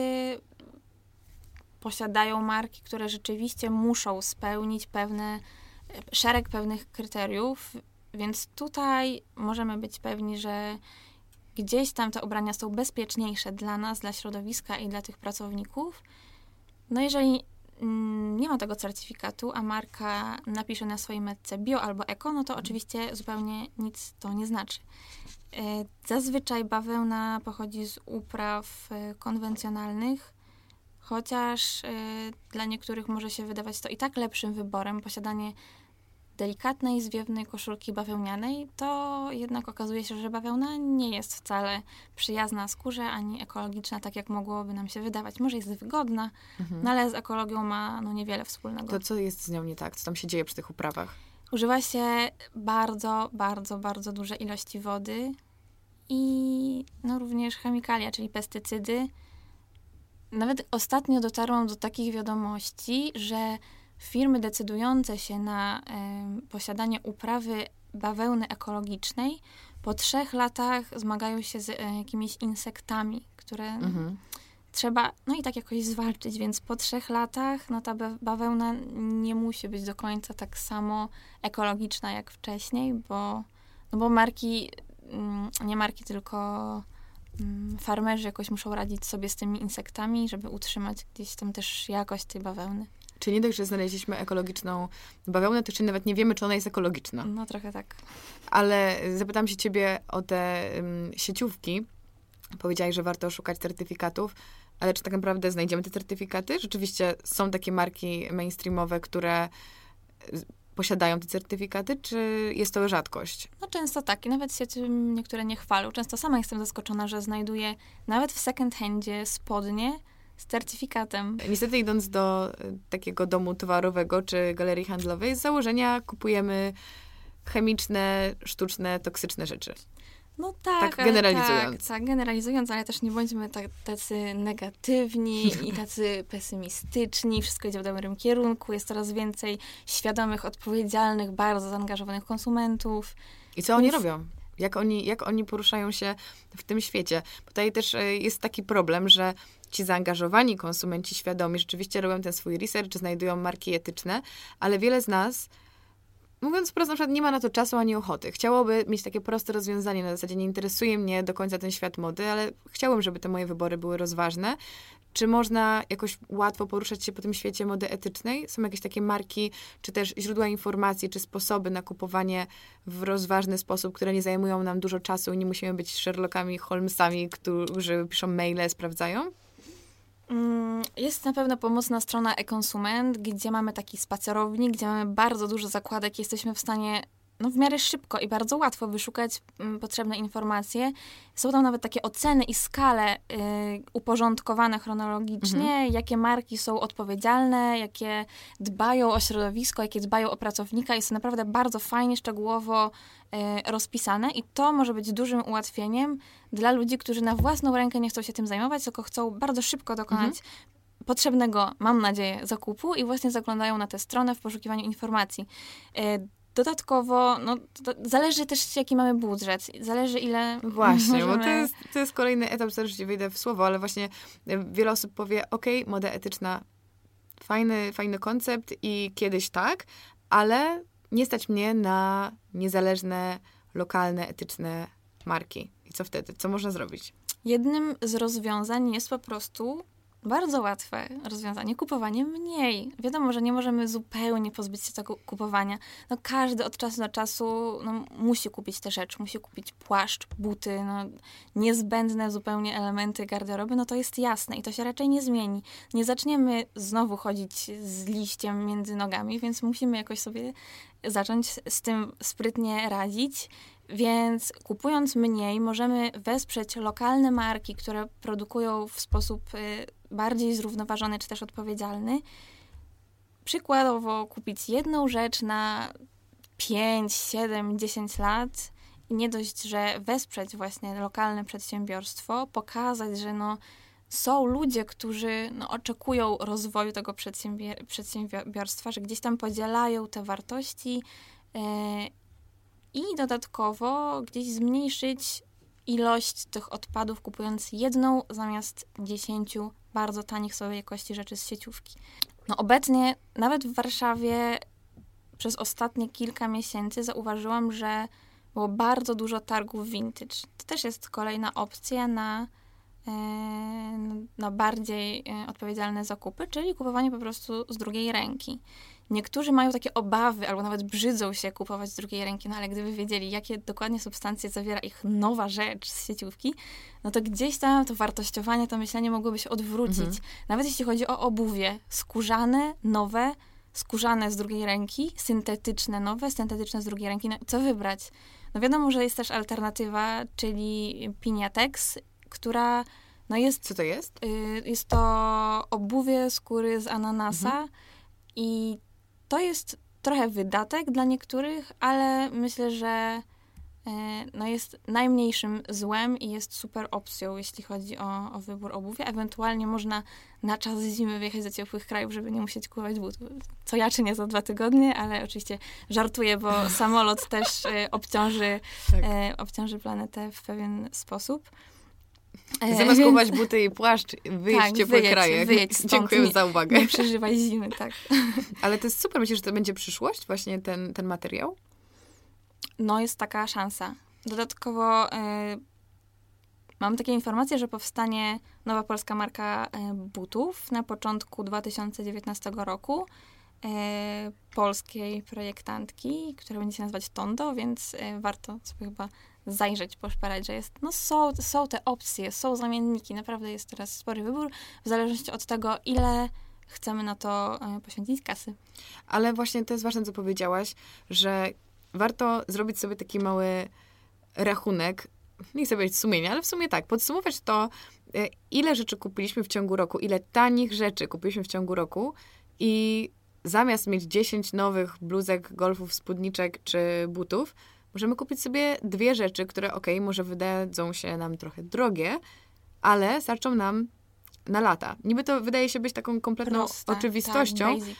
posiadają marki, które rzeczywiście muszą spełnić szereg pewnych kryteriów, więc tutaj możemy być pewni, że gdzieś tam te ubrania są bezpieczniejsze dla nas, dla środowiska i dla tych pracowników. Jeżeli nie ma tego certyfikatu, a marka napisze na swojej metce bio albo eko, to oczywiście zupełnie nic to nie znaczy. Zazwyczaj bawełna pochodzi z upraw konwencjonalnych, chociaż dla niektórych może się wydawać to i tak lepszym wyborem, posiadanie delikatnej, zwiewnej koszulki bawełnianej, to jednak okazuje się, że bawełna nie jest wcale przyjazna skórze, ani ekologiczna, tak jak mogłoby nam się wydawać. Może jest wygodna, ale z ekologią ma niewiele wspólnego.
To co jest z nią nie tak? Co tam się dzieje przy tych uprawach?
Używa się bardzo, bardzo, bardzo duże ilości wody i również chemikalia, czyli pestycydy. Nawet ostatnio dotarłam do takich wiadomości, że firmy decydujące się na posiadanie uprawy bawełny ekologicznej po 3 latach zmagają się z jakimiś insektami, które trzeba, no i tak jakoś zwalczyć, więc po 3 latach no ta bawełna nie musi być do końca tak samo ekologiczna jak wcześniej, bo marki, nie marki, tylko farmerzy jakoś muszą radzić sobie z tymi insektami, żeby utrzymać gdzieś tam też jakość tej bawełny.
Czyli nie dość, że znaleźliśmy ekologiczną bawełnę, to jeszcze nawet nie wiemy, czy ona jest ekologiczna.
No trochę tak.
Ale zapytam się ciebie o te sieciówki. Powiedziałaś, że warto szukać certyfikatów, ale czy tak naprawdę znajdziemy te certyfikaty? Rzeczywiście są takie marki mainstreamowe, które posiadają te certyfikaty, czy jest to rzadkość?
No często tak i nawet się tym niektóre nie chwalą. Często sama jestem zaskoczona, że znajduję nawet w second handzie spodnie z certyfikatem.
Niestety idąc do takiego domu towarowego czy galerii handlowej, z założenia kupujemy chemiczne, sztuczne, toksyczne rzeczy.
No tak,
tak generalizując.
Tak, generalizując, ale też nie bądźmy tacy negatywni i tacy pesymistyczni. Wszystko idzie w dobrym kierunku. Jest coraz więcej świadomych, odpowiedzialnych, bardzo zaangażowanych konsumentów.
I co oni robią? Jak oni poruszają się w tym świecie? Tutaj też jest taki problem, że ci zaangażowani konsumenci świadomi rzeczywiście robią ten swój research, znajdują marki etyczne, ale wiele z nas, mówiąc wprost, na przykład nie ma na to czasu ani ochoty. Chciałoby mieć takie proste rozwiązanie, na zasadzie nie interesuje mnie do końca ten świat mody, ale chciałbym, żeby te moje wybory były rozważne. Czy można jakoś łatwo poruszać się po tym świecie mody etycznej? Są jakieś takie marki, czy też źródła informacji, czy sposoby na kupowanie w rozważny sposób, które nie zajmują nam dużo czasu i nie musimy być Sherlockami, Holmesami, którzy piszą maile, sprawdzają?
Jest na pewno pomocna strona e-konsument, gdzie mamy taki spacerownik, gdzie mamy bardzo dużo zakładek, jesteśmy w stanie w miarę szybko i bardzo łatwo wyszukać potrzebne informacje. Są tam nawet takie oceny i skale uporządkowane chronologicznie, jakie marki są odpowiedzialne, jakie dbają o środowisko, jakie dbają o pracownika. Jest to naprawdę bardzo fajnie, szczegółowo rozpisane i to może być dużym ułatwieniem dla ludzi, którzy na własną rękę nie chcą się tym zajmować, tylko chcą bardzo szybko dokonać potrzebnego, mam nadzieję, zakupu i właśnie zaglądają na tę stronę w poszukiwaniu informacji. Dodatkowo, zależy też, jaki mamy budżet. Zależy, ile
właśnie,
możemy...
bo to jest kolejny etap, zaraz ci wyjdę w słowo, ale właśnie wiele osób powie, moda etyczna, fajny koncept i kiedyś tak, ale nie stać mnie na niezależne, lokalne, etyczne marki. I co wtedy? Co można zrobić?
Jednym z rozwiązań jest po prostu bardzo łatwe rozwiązanie. Kupowanie mniej. Wiadomo, że nie możemy zupełnie pozbyć się tego kupowania. Każdy od czasu do czasu musi kupić te rzeczy. Musi kupić płaszcz, buty, niezbędne zupełnie elementy garderoby. To jest jasne i to się raczej nie zmieni. Nie zaczniemy znowu chodzić z liściem między nogami, więc musimy jakoś sobie zacząć z tym sprytnie radzić. Więc kupując mniej, możemy wesprzeć lokalne marki, które produkują w sposób bardziej zrównoważony czy też odpowiedzialny. Przykładowo kupić jedną rzecz na 5, 7, 10 lat i nie dość, że wesprzeć właśnie lokalne przedsiębiorstwo, pokazać, że są ludzie, którzy oczekują rozwoju tego przedsiębiorstwa, że gdzieś tam podzielają te wartości i dodatkowo gdzieś zmniejszyć ilość tych odpadów, kupując jedną zamiast 10 bardzo tanich sobie jakości rzeczy z sieciówki. Obecnie nawet w Warszawie przez ostatnie kilka miesięcy zauważyłam, że było bardzo dużo targów vintage. To też jest kolejna opcja na bardziej odpowiedzialne zakupy, czyli kupowanie po prostu z drugiej ręki. Niektórzy mają takie obawy, albo nawet brzydzą się kupować z drugiej ręki, ale gdyby wiedzieli, jakie dokładnie substancje zawiera ich nowa rzecz z sieciówki, to gdzieś tam to wartościowanie, to myślenie mogłoby się odwrócić. Nawet jeśli chodzi o obuwie, skórzane, nowe, skórzane z drugiej ręki, syntetyczne nowe, syntetyczne z drugiej ręki. Co wybrać? Wiadomo, że jest też alternatywa, czyli Pinatex, która jest...
Co to jest?
Jest to obuwie skóry z ananasa i to jest trochę wydatek dla niektórych, ale myślę, że no jest najmniejszym złem i jest super opcją, jeśli chodzi o wybór obuwia. Ewentualnie można na czas zimy wyjechać do ciepłych krajów, żeby nie musieć kupować butów. Co ja czynię za 2 tygodnie, ale oczywiście żartuję, bo samolot też obciąży planetę w pewien sposób.
Zamiast kupować buty i płaszcz, wyjedź w ciepłe kraje.
Wyjedź stąd.
Dziękuję za uwagę.
Nie przeżywaj zimy, tak.
Ale to jest super. Myślisz, że to będzie przyszłość, właśnie ten materiał?
No, jest taka szansa. Dodatkowo mam takie informacje, że powstanie nowa polska marka butów na początku 2019 roku. Polskiej projektantki, która będzie się nazywać Tondo, więc warto sobie chyba zajrzeć, poszperać, że jest, no są te opcje, są zamienniki, naprawdę jest teraz spory wybór, w zależności od tego, ile chcemy na to poświęcić kasy.
Ale właśnie to jest ważne, co powiedziałaś, że warto zrobić sobie taki mały rachunek, nie chcę powiedzieć sumienia, ale w sumie tak, podsumować to, ile rzeczy kupiliśmy w ciągu roku, ile tanich rzeczy kupiliśmy w ciągu roku i zamiast mieć 10 nowych bluzek, golfów, spódniczek czy butów, możemy kupić sobie 2 rzeczy, które może wydadzą się nam trochę drogie, ale starczą nam na lata. Niby to wydaje się być taką kompletną
proste,
oczywistością,
tak,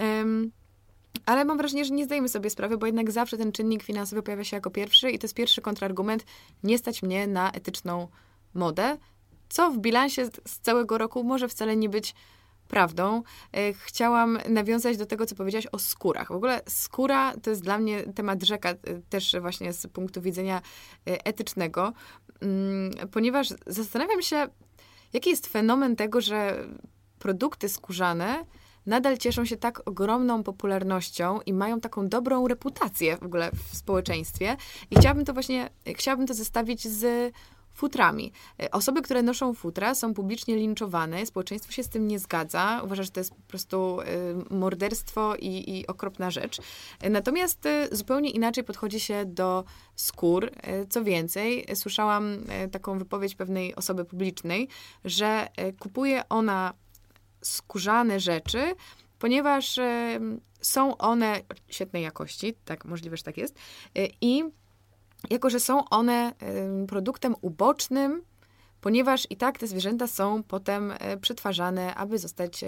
ale mam wrażenie, że nie zdajemy sobie sprawy, bo jednak zawsze ten czynnik finansowy pojawia się jako pierwszy i to jest pierwszy kontrargument. Nie stać mnie na etyczną modę, co w bilansie z całego roku może wcale nie być prawdą. Chciałam nawiązać do tego, co powiedziałaś o skórach. W ogóle skóra to jest dla mnie temat rzeka, też właśnie z punktu widzenia etycznego, ponieważ zastanawiam się, jaki jest fenomen tego, że produkty skórzane nadal cieszą się tak ogromną popularnością i mają taką dobrą reputację w ogóle w społeczeństwie. I chciałabym to zestawić z futrami. Osoby, które noszą futra, są publicznie linczowane, społeczeństwo się z tym nie zgadza, uważa, że to jest po prostu morderstwo i okropna rzecz. Natomiast zupełnie inaczej podchodzi się do skór. Co więcej, słyszałam taką wypowiedź pewnej osoby publicznej, że kupuje ona skórzane rzeczy, ponieważ są one świetnej jakości, tak, możliwe, że tak jest, i jako że są one produktem ubocznym, ponieważ i tak te zwierzęta są potem przetwarzane, aby zostać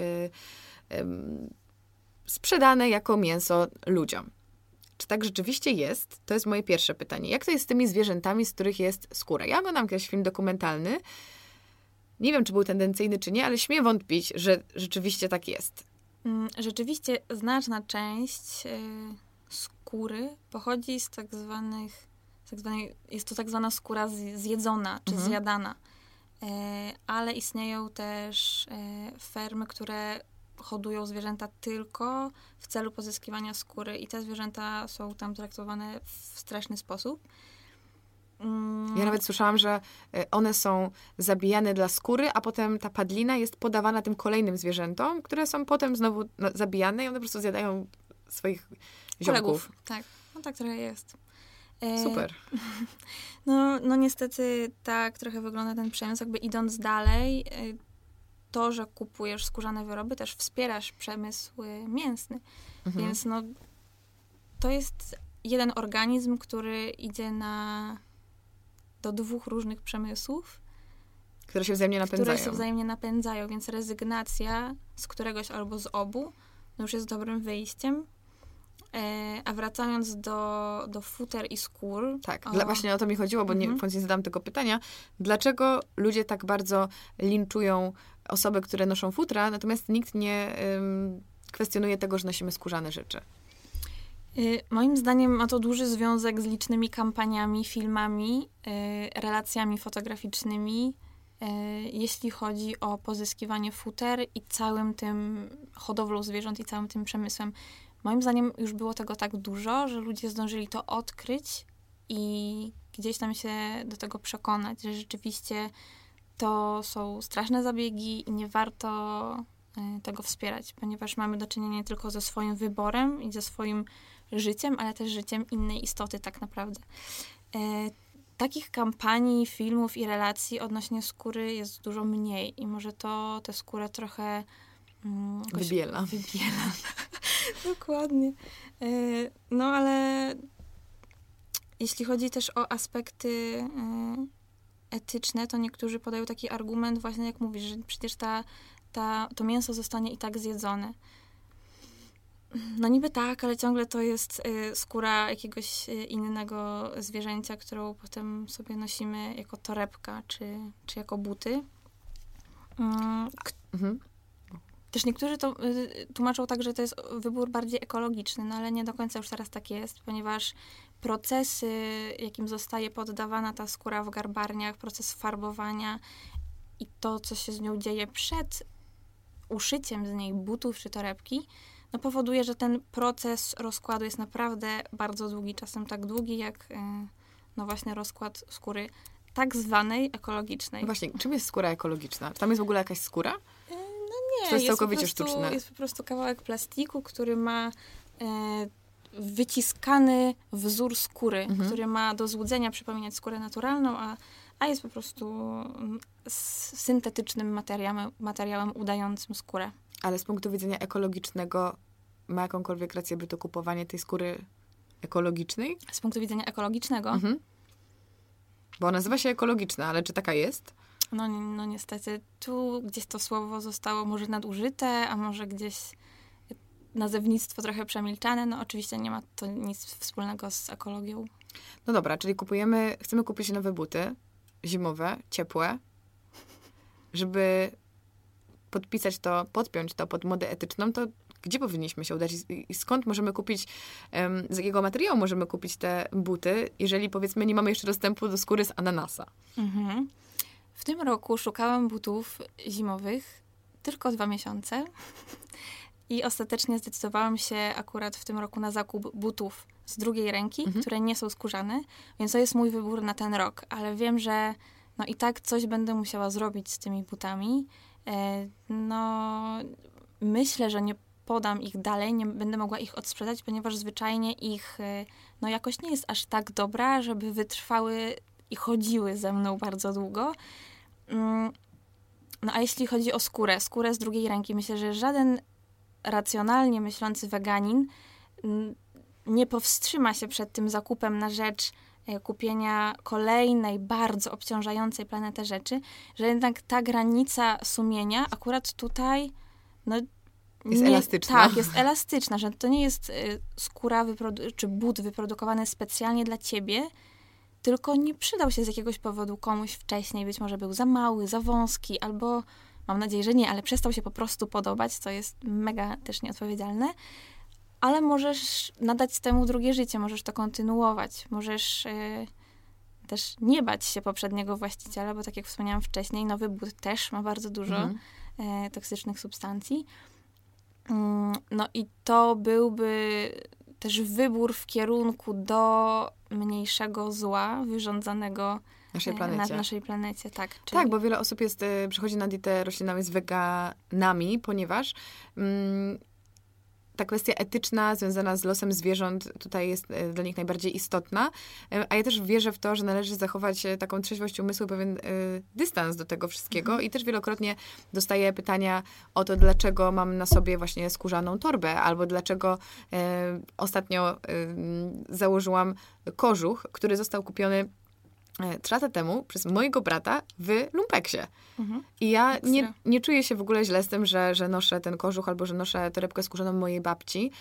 sprzedane jako mięso ludziom. Czy tak rzeczywiście jest? To jest moje pierwsze pytanie. Jak to jest z tymi zwierzętami, z których jest skóra? Ja oglądam jakiś film dokumentalny. Nie wiem, czy był tendencyjny, czy nie, ale śmiem wątpić, że rzeczywiście tak jest.
Rzeczywiście znaczna część skóry pochodzi z jest to tak zwana skóra zjedzona, czy zjadana. Ale istnieją też fermy, które hodują zwierzęta tylko w celu pozyskiwania skóry i te zwierzęta są tam traktowane w straszny sposób.
Ja nawet słyszałam, że one są zabijane dla skóry, a potem ta padlina jest podawana tym kolejnym zwierzętom, które są potem znowu zabijane i one po prostu zjadają swoich ziomków.
Tak, no tak trochę jest.
Super.
No niestety tak trochę wygląda ten przemysł. Jakby idąc dalej, to, że kupujesz skórzane wyroby, też wspierasz przemysł mięsny. Więc to jest jeden organizm, który idzie do 2 różnych przemysłów.
Które się wzajemnie napędzają.
Więc rezygnacja z któregoś albo z obu już jest dobrym wyjściem. A wracając do futer i skór...
Tak, właśnie o to mi chodziło, bo w końcu nie zadałam tego pytania. Dlaczego ludzie tak bardzo linczują osoby, które noszą futra, natomiast nikt nie kwestionuje tego, że nosimy skórzane rzeczy?
Moim zdaniem ma to duży związek z licznymi kampaniami, filmami, relacjami fotograficznymi, jeśli chodzi o pozyskiwanie futer i całym tym hodowlą zwierząt i całym tym przemysłem. Moim zdaniem już było tego tak dużo, że ludzie zdążyli to odkryć i gdzieś tam się do tego przekonać, że rzeczywiście to są straszne zabiegi i nie warto tego wspierać, ponieważ mamy do czynienia nie tylko ze swoim wyborem i ze swoim życiem, ale też życiem innej istoty tak naprawdę. Takich kampanii, filmów i relacji odnośnie skóry jest dużo mniej i może to tę skórę trochę
wybiela.
Dokładnie. No ale jeśli chodzi też o aspekty etyczne, to niektórzy podają taki argument właśnie, jak mówisz, że przecież to mięso zostanie i tak zjedzone. No niby tak, ale ciągle to jest skóra jakiegoś innego zwierzęcia, którą potem sobie nosimy jako torebka, czy jako buty. Też niektórzy to tłumaczą tak, że to jest wybór bardziej ekologiczny, no ale nie do końca już teraz tak jest, ponieważ procesy, jakim zostaje poddawana ta skóra w garbarniach, proces farbowania i to, co się z nią dzieje przed uszyciem z niej butów czy torebki, no powoduje, że ten proces rozkładu jest naprawdę bardzo długi, czasem tak długi jak no właśnie rozkład skóry tak zwanej ekologicznej.
Właśnie, czym jest skóra ekologiczna? Czy tam jest w ogóle jakaś skóra?
Nie,
to jest całkowicie sztuczne?
Jest po prostu kawałek plastiku, który ma wyciskany wzór skóry, który ma do złudzenia przypominać skórę naturalną, a jest po prostu syntetycznym materiałem udającym skórę.
Ale z punktu widzenia ekologicznego ma jakąkolwiek rację bytu kupowanie tej skóry ekologicznej?
Z punktu widzenia ekologicznego?
Bo nazywa się ekologiczna, ale czy taka jest?
No niestety, tu gdzieś to słowo zostało może nadużyte, a może gdzieś nazewnictwo trochę przemilczane. No oczywiście nie ma to nic wspólnego z ekologią.
No dobra, czyli chcemy kupić nowe buty, zimowe, ciepłe, żeby podpiąć to pod modę etyczną, to gdzie powinniśmy się udać i skąd możemy kupić, z jakiego materiału możemy kupić te buty, jeżeli powiedzmy nie mamy jeszcze dostępu do skóry z ananasa?
W tym roku szukałam butów zimowych tylko 2 miesiące i ostatecznie zdecydowałam się akurat w tym roku na zakup butów z drugiej ręki, które nie są skórzane, więc to jest mój wybór na ten rok, ale wiem, że no i tak coś będę musiała zrobić z tymi butami. No myślę, że nie podam ich dalej, nie będę mogła ich odsprzedać, ponieważ zwyczajnie ich no jakość nie jest aż tak dobra, żeby wytrwały i chodziły ze mną bardzo długo. No a jeśli chodzi o skórę z drugiej ręki, myślę, że żaden racjonalnie myślący weganin nie powstrzyma się przed tym zakupem na rzecz kupienia kolejnej, bardzo obciążającej planetę rzeczy, że jednak ta granica sumienia akurat tutaj
jest elastyczna.
Tak, jest elastyczna, że to nie jest skóra czy but wyprodukowany specjalnie dla ciebie, tylko nie przydał się z jakiegoś powodu komuś wcześniej. Być może był za mały, za wąski, albo mam nadzieję, że nie, ale przestał się po prostu podobać, co jest mega też nieodpowiedzialne. Ale możesz nadać temu drugie życie, możesz to kontynuować. Możesz też nie bać się poprzedniego właściciela, bo tak jak wspomniałam wcześniej, nowy but też ma bardzo dużo toksycznych substancji. No i to byłby też wybór w kierunku do mniejszego zła wyrządzanego na naszej planecie. Tak,
tak, bo wiele osób przychodzi na dietę roślinną, jest weganami, ponieważ ta kwestia etyczna związana z losem zwierząt tutaj jest dla nich najbardziej istotna. A ja też wierzę w to, że należy zachować taką trzeźwość umysłu, pewien dystans do tego wszystkiego. I też wielokrotnie dostaję pytania o to, dlaczego mam na sobie właśnie skórzaną torbę, albo dlaczego ostatnio założyłam kożuch, który został kupiony 3 lata temu przez mojego brata w lumpeksie. I ja nie czuję się w ogóle źle z tym, że noszę ten kożuch albo że noszę torebkę skórzaną mojej babci,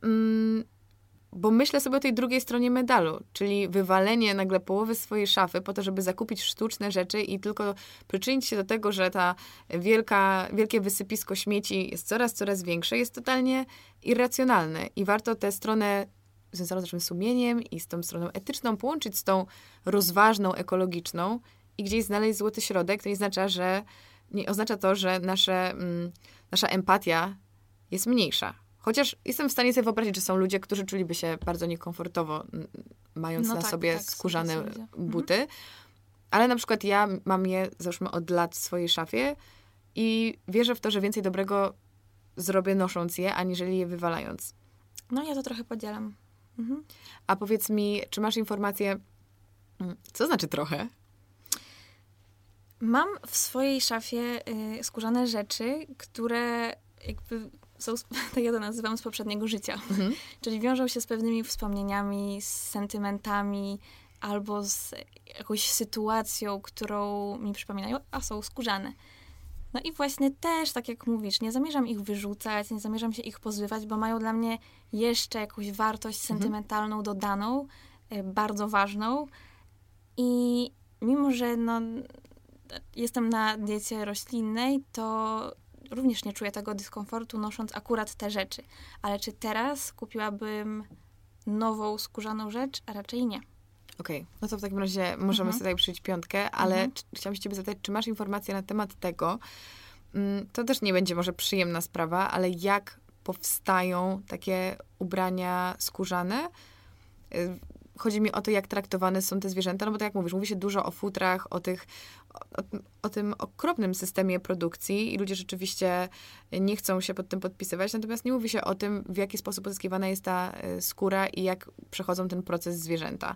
bo myślę sobie o tej drugiej stronie medalu, czyli wywalenie nagle połowy swojej szafy po to, żeby zakupić sztuczne rzeczy i tylko przyczynić się do tego, że ta wielkie wysypisko śmieci jest coraz większe, jest totalnie irracjonalne. I warto tę stronę związaną z naszym sumieniem i z tą stroną etyczną połączyć z tą rozważną, ekologiczną i gdzieś znaleźć złoty środek. To nie oznacza to, że nasza empatia jest mniejsza. Chociaż jestem w stanie sobie wyobrazić, że są ludzie, którzy czuliby się bardzo niekomfortowo, mając na sobie skórzane buty. Ale na przykład ja mam je, załóżmy, od lat w swojej szafie i wierzę w to, że więcej dobrego zrobię nosząc je, aniżeli je wywalając.
No ja to trochę podzielam.
A powiedz mi, czy masz informację, co znaczy trochę?
Mam w swojej szafie skórzane rzeczy, które jakby tak ja to nazywam, z poprzedniego życia. Czyli wiążą się z pewnymi wspomnieniami, z sentymentami, albo z jakąś sytuacją, którą mi przypominają, a są skórzane. No i właśnie też, tak jak mówisz, nie zamierzam ich wyrzucać, nie zamierzam się ich pozbywać, bo mają dla mnie jeszcze jakąś wartość sentymentalną dodaną, bardzo ważną. I mimo, że jestem na diecie roślinnej, to również nie czuję tego dyskomfortu, nosząc akurat te rzeczy. Ale czy teraz kupiłabym nową, skórzaną rzecz? Raczej nie.
Okej, no to w takim razie możemy sobie tutaj przyjść piątkę, ale chciałam się ciebie zapytać, czy masz informacje na temat tego, to też nie będzie może przyjemna sprawa, ale jak powstają takie ubrania skórzane? Chodzi mi o to, jak traktowane są te zwierzęta, no bo tak jak mówisz, mówi się dużo o futrach, o tym okropnym systemie produkcji i ludzie rzeczywiście nie chcą się pod tym podpisywać, natomiast nie mówi się o tym, w jaki sposób pozyskiwana jest ta skóra i jak przechodzą ten proces zwierzęta.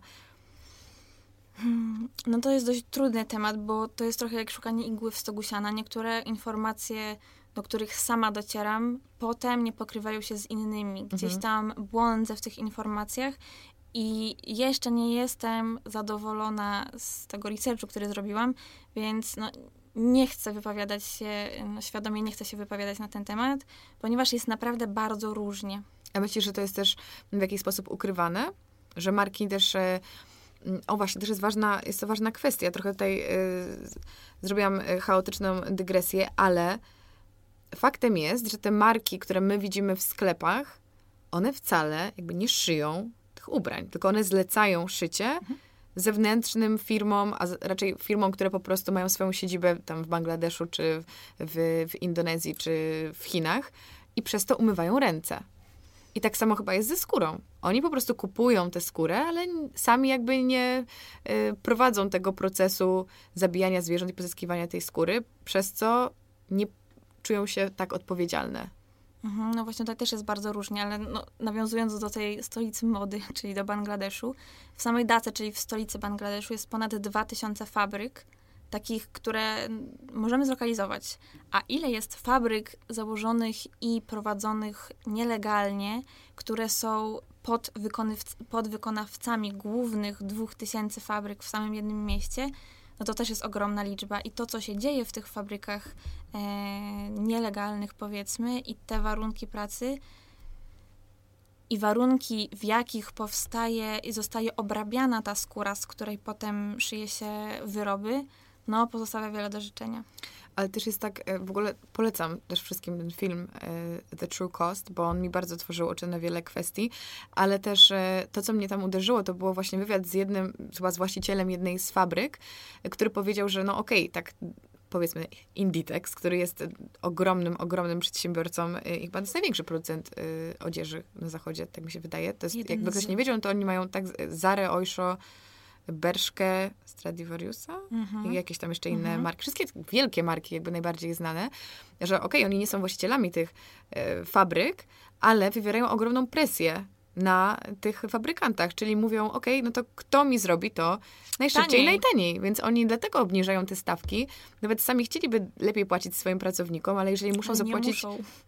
No to jest dość trudny temat, bo to jest trochę jak szukanie igły w stogu siana. Niektóre informacje, do których sama docieram, potem nie pokrywają się z innymi. Gdzieś tam błądzę w tych informacjach i jeszcze nie jestem zadowolona z tego researchu, który zrobiłam, więc nie chcę wypowiadać się, świadomie nie chcę się wypowiadać na ten temat, ponieważ jest naprawdę bardzo różnie.
A myślisz, że to jest też w jakiś sposób ukrywane? Że marki też... O właśnie, też jest to ważna kwestia. Trochę tutaj zrobiłam chaotyczną dygresję, ale faktem jest, że te marki, które my widzimy w sklepach, one wcale jakby nie szyją tych ubrań, tylko one zlecają szycie zewnętrznym firmom, a raczej firmom, które po prostu mają swoją siedzibę tam w Bangladeszu, czy w Indonezji, czy w Chinach i przez to umywają ręce. I tak samo chyba jest ze skórą. Oni po prostu kupują tę skórę, ale sami jakby nie prowadzą tego procesu zabijania zwierząt i pozyskiwania tej skóry, przez co nie czują się tak odpowiedzialne.
No właśnie tutaj też jest bardzo różnie, ale nawiązując do tej stolicy mody, czyli do Bangladeszu, w samej Dhace, czyli w stolicy Bangladeszu jest ponad 2000 fabryk, takich, które możemy zlokalizować. A ile jest fabryk założonych i prowadzonych nielegalnie, które są podwykonawcami głównych 2000 fabryk w samym jednym mieście, no to też jest ogromna liczba. I to, co się dzieje w tych fabrykach nielegalnych, powiedzmy, i te warunki pracy i warunki, w jakich powstaje i zostaje obrabiana ta skóra, z której potem szyje się wyroby, pozostawia wiele do życzenia.
Ale też jest tak, w ogóle polecam też wszystkim ten film The True Cost, bo on mi bardzo otworzył oczy na wiele kwestii, ale też to, co mnie tam uderzyło, to było właśnie wywiad z chyba z właścicielem jednej z fabryk, który powiedział, że tak powiedzmy Inditex, który jest ogromnym przedsiębiorcą i chyba to jest największy producent odzieży na zachodzie, tak mi się wydaje. To jest, jakby ktoś nie wiedział, to oni mają tak Zarę, Oysho, Bershkę, Stradivariusa i jakieś tam jeszcze inne marki. Wszystkie wielkie marki, jakby najbardziej znane, że oni nie są właścicielami tych fabryk, ale wywierają ogromną presję na tych fabrykantach, czyli mówią, to kto mi zrobi to najszybciej i najtaniej, więc oni dlatego obniżają te stawki. Nawet sami chcieliby lepiej płacić swoim pracownikom, ale jeżeli muszą zapłacić...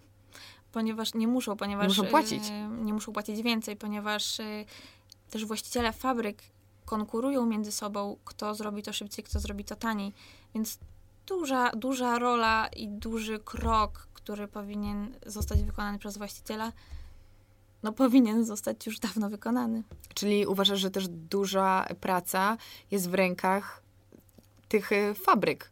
Nie muszą
płacić.
Nie muszą płacić więcej, ponieważ też właściciele fabryk konkurują między sobą, kto zrobi to szybciej, kto zrobi to taniej. Więc duża rola i duży krok, który powinien zostać wykonany przez właściciela, powinien zostać już dawno wykonany.
Czyli uważasz, że też duża praca jest w rękach tych fabryk.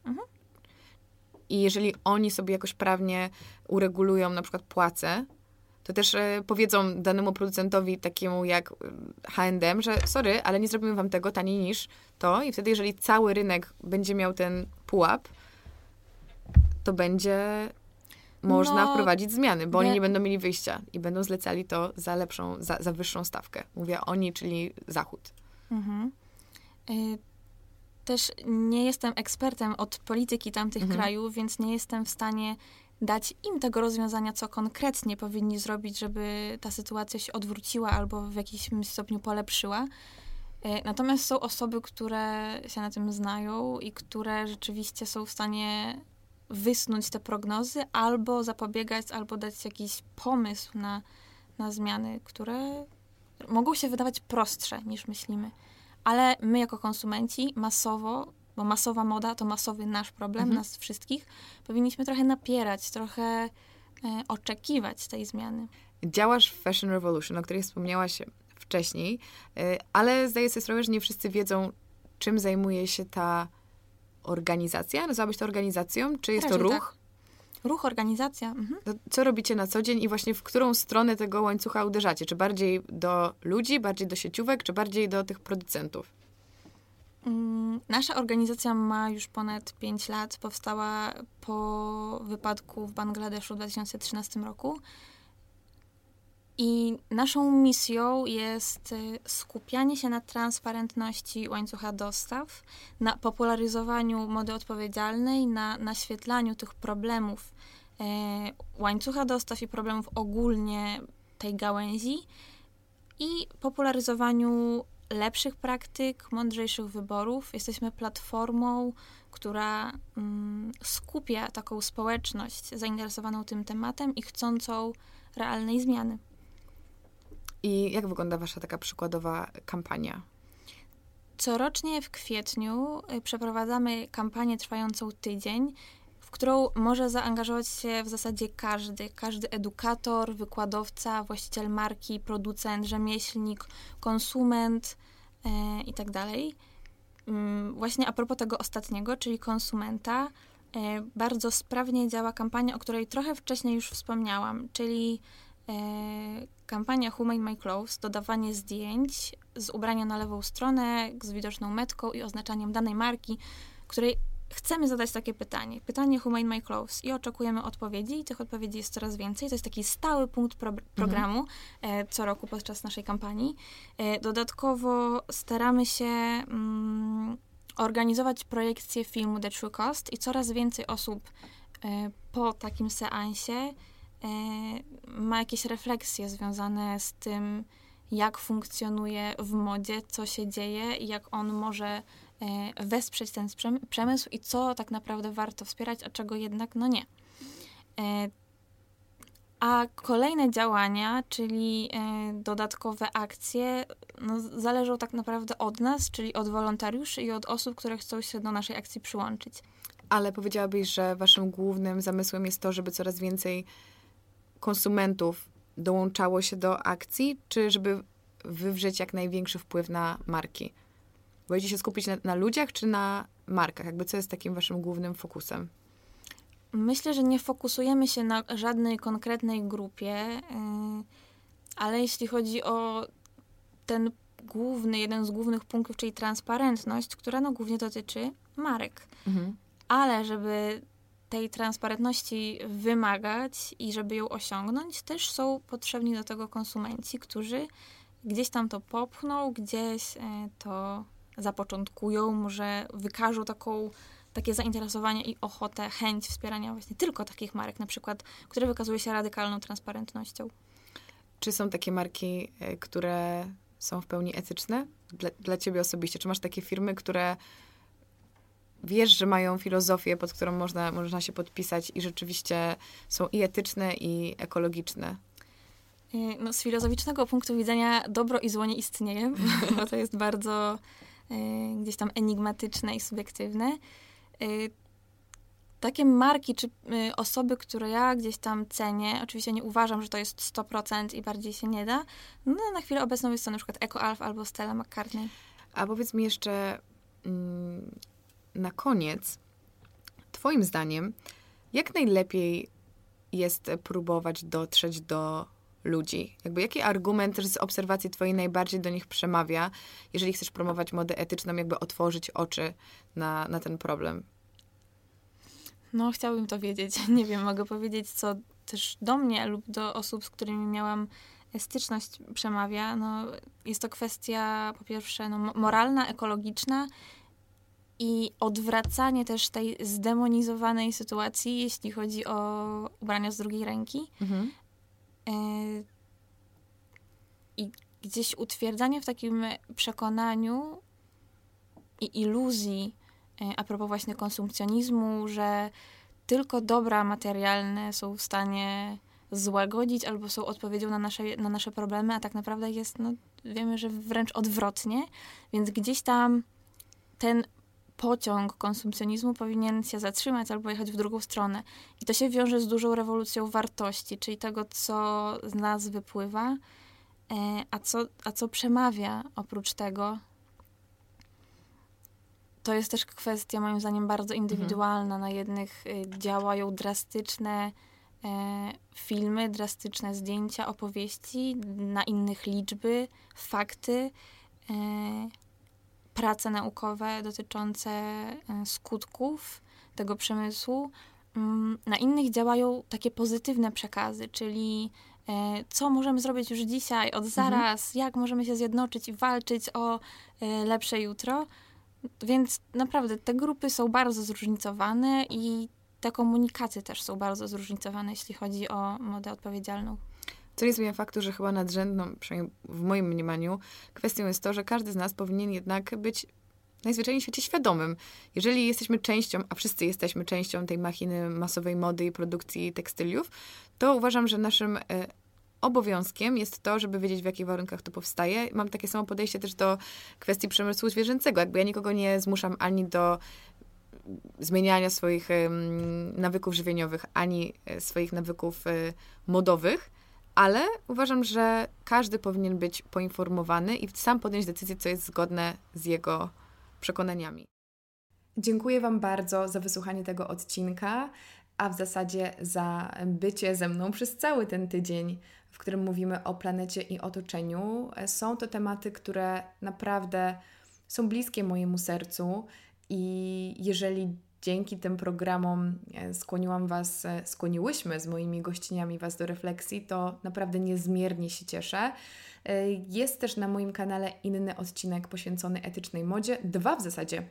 I jeżeli oni sobie jakoś prawnie uregulują na przykład płace, to też powiedzą danemu producentowi takiemu jak H&M, że sorry, ale nie zrobimy wam tego taniej niż to. I wtedy, jeżeli cały rynek będzie miał ten pułap, to będzie można wprowadzić zmiany, bo oni nie będą mieli wyjścia i będą zlecali to za lepszą, za wyższą stawkę. Mówię oni, czyli Zachód.
Też nie jestem ekspertem od polityki tamtych krajów, więc nie jestem w stanie dać im tego rozwiązania, co konkretnie powinni zrobić, żeby ta sytuacja się odwróciła albo w jakimś stopniu polepszyła. Natomiast są osoby, które się na tym znają i które rzeczywiście są w stanie wysnuć te prognozy, albo zapobiegać, albo dać jakiś pomysł na zmiany, które mogą się wydawać prostsze niż myślimy. Ale my jako konsumenci masowo, bo masowa moda to masowy nasz problem, nas wszystkich, powinniśmy trochę napierać, trochę oczekiwać tej zmiany.
Działasz w Fashion Revolution, o której wspomniałaś wcześniej, ale zdaję sobie sprawę, że nie wszyscy wiedzą, czym zajmuje się ta organizacja. Nazywałabyś to organizacją? Czy jest to ruch?
Tak. Ruch, organizacja.
To co robicie na co dzień i właśnie w którą stronę tego łańcucha uderzacie? Czy bardziej do ludzi, bardziej do sieciówek, czy bardziej do tych producentów?
Nasza organizacja ma już ponad 5 lat. Powstała po wypadku w Bangladeszu w 2013 roku. I naszą misją jest skupianie się na transparentności łańcucha dostaw, na popularyzowaniu mody odpowiedzialnej, na naświetlaniu tych problemów łańcucha dostaw i problemów ogólnie tej gałęzi i popularyzowaniu lepszych praktyk, mądrzejszych wyborów. Jesteśmy platformą, która skupia taką społeczność zainteresowaną tym tematem i chcącą realnej zmiany.
I jak wygląda wasza taka przykładowa kampania?
Corocznie w kwietniu przeprowadzamy kampanię trwającą tydzień, w którą może zaangażować się w zasadzie każdy edukator, wykładowca, właściciel marki, producent, rzemieślnik, konsument itd. Właśnie a propos tego ostatniego, czyli konsumenta, bardzo sprawnie działa kampania, o której trochę wcześniej już wspomniałam, czyli kampania Who Made My Clothes, dodawanie zdjęć z ubrania na lewą stronę, z widoczną metką i oznaczaniem danej marki, której chcemy zadać takie pytanie. Pytanie Who Made My Clothes i oczekujemy odpowiedzi i tych odpowiedzi jest coraz więcej. To jest taki stały punkt programu co roku podczas naszej kampanii. Dodatkowo staramy się organizować projekcję filmu The True Cost i coraz więcej osób po takim seansie ma jakieś refleksje związane z tym, jak funkcjonuje w modzie, co się dzieje i jak on może wesprzeć ten przemysł i co tak naprawdę warto wspierać, a czego jednak no nie. A kolejne działania, czyli dodatkowe akcje, no, zależą tak naprawdę od nas, czyli od wolontariuszy i od osób, które chcą się do naszej akcji przyłączyć.
Ale powiedziałabyś, że waszym głównym zamysłem jest to, żeby coraz więcej konsumentów dołączało się do akcji, czy żeby wywrzeć jak największy wpływ na marki? Wolicie się skupić na ludziach, czy na markach? Jakby co jest takim waszym głównym fokusem?
Myślę, że nie fokusujemy się na żadnej konkretnej grupie, ale jeśli chodzi o ten jeden z głównych punktów, czyli transparentność, która no głównie dotyczy marek. Ale żeby tej transparentności wymagać i żeby ją osiągnąć, też są potrzebni do tego konsumenci, którzy gdzieś tam to popchną, gdzieś to zapoczątkują, może wykażą takie zainteresowanie i ochotę, chęć wspierania właśnie tylko takich marek, na przykład, które wykazują się radykalną transparentnością.
Czy są takie marki, które są w pełni etyczne dla ciebie osobiście? Czy masz takie firmy, które wiesz, że mają filozofię, pod którą można się podpisać i rzeczywiście są i etyczne, i ekologiczne?
No, z filozoficznego punktu widzenia dobro i zło nie istnieje, bo to jest bardzo gdzieś tam enigmatyczne i subiektywne. Takie marki czy osoby, które ja gdzieś tam cenię, oczywiście nie uważam, że to jest 100% i bardziej się nie da, no na chwilę obecną jest to na przykład EcoAlf albo Stella McCartney.
A powiedz mi jeszcze na koniec, twoim zdaniem, jak najlepiej jest próbować dotrzeć do ludzi? Jakby jaki argument też z obserwacji twojej najbardziej do nich przemawia, jeżeli chcesz promować modę etyczną, jakby otworzyć oczy na ten problem?
No, chciałabym to wiedzieć. Nie wiem, mogę powiedzieć, co też do mnie lub do osób, z którymi miałam styczność przemawia. No, jest to kwestia po pierwsze moralna, ekologiczna i odwracanie też tej zdemonizowanej sytuacji, jeśli chodzi o ubrania z drugiej ręki. I gdzieś utwierdzanie w takim przekonaniu i iluzji a propos właśnie konsumpcjonizmu, że tylko dobra materialne są w stanie złagodzić albo są odpowiedzią na nasze problemy, a tak naprawdę jest, wiemy, że wręcz odwrotnie. Więc gdzieś tam ten pociąg konsumpcjonizmu powinien się zatrzymać albo jechać w drugą stronę. I to się wiąże z dużą rewolucją wartości, czyli tego, co z nas wypływa, a co przemawia oprócz tego. To jest też kwestia, moim zdaniem, bardzo indywidualna. Na jednych działają drastyczne filmy, drastyczne zdjęcia, opowieści, na innych liczby, fakty, prace naukowe dotyczące skutków tego przemysłu. Na innych działają takie pozytywne przekazy, czyli co możemy zrobić już dzisiaj, od zaraz, jak możemy się zjednoczyć i walczyć o lepsze jutro. Więc naprawdę te grupy są bardzo zróżnicowane i te komunikaty też są bardzo zróżnicowane, jeśli chodzi o modę odpowiedzialną.
Co nie zmienia faktu, że chyba nadrzędną, przynajmniej w moim mniemaniu, kwestią jest to, że każdy z nas powinien jednak być najzwyczajniej w świecie świadomym. Jeżeli jesteśmy częścią, a wszyscy jesteśmy częścią tej machiny masowej mody i produkcji tekstyliów, to uważam, że naszym obowiązkiem jest to, żeby wiedzieć, w jakich warunkach to powstaje. Mam takie samo podejście też do kwestii przemysłu zwierzęcego. Jakby ja nikogo nie zmuszam ani do zmieniania swoich nawyków żywieniowych, ani swoich nawyków modowych, ale uważam, że każdy powinien być poinformowany i sam podjąć decyzję, co jest zgodne z jego przekonaniami. Dziękuję Wam bardzo za wysłuchanie tego odcinka, a w zasadzie za bycie ze mną przez cały ten tydzień, w którym mówimy o planecie i otoczeniu. Są to tematy, które naprawdę są bliskie mojemu sercu i jeżeli dzięki tym programom skłoniłyśmy z moimi gościniami Was do refleksji, to naprawdę niezmiernie się cieszę. Jest też na moim kanale inny odcinek poświęcony etycznej modzie, 2 w zasadzie.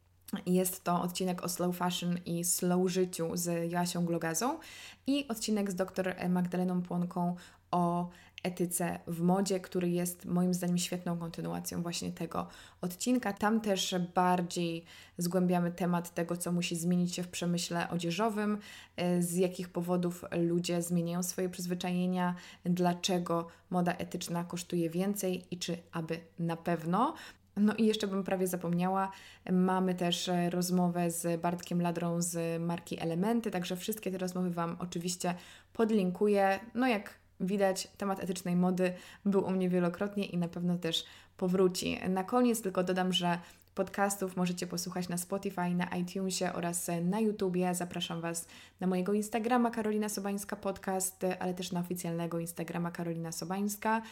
Jest to odcinek o slow fashion i slow życiu z Joasią Glogazą i odcinek z dr Magdaleną Płonką o etyce w modzie, który jest moim zdaniem świetną kontynuacją właśnie tego odcinka. Tam też bardziej zgłębiamy temat tego, co musi zmienić się w przemyśle odzieżowym, z jakich powodów ludzie zmieniają swoje przyzwyczajenia, dlaczego moda etyczna kosztuje więcej i czy aby na pewno. No i jeszcze bym prawie zapomniała, mamy też rozmowę z Bartkiem Ladrą z marki Elementy, także wszystkie te rozmowy Wam oczywiście podlinkuję. No jak widać, temat etycznej mody był u mnie wielokrotnie i na pewno też powróci. Na koniec tylko dodam, że podcastów możecie posłuchać na Spotify, na iTunesie oraz na YouTubie. Zapraszam Was na mojego Instagrama Karolina Sobańska Podcast, ale też na oficjalnego Instagrama Karolina Sobańska.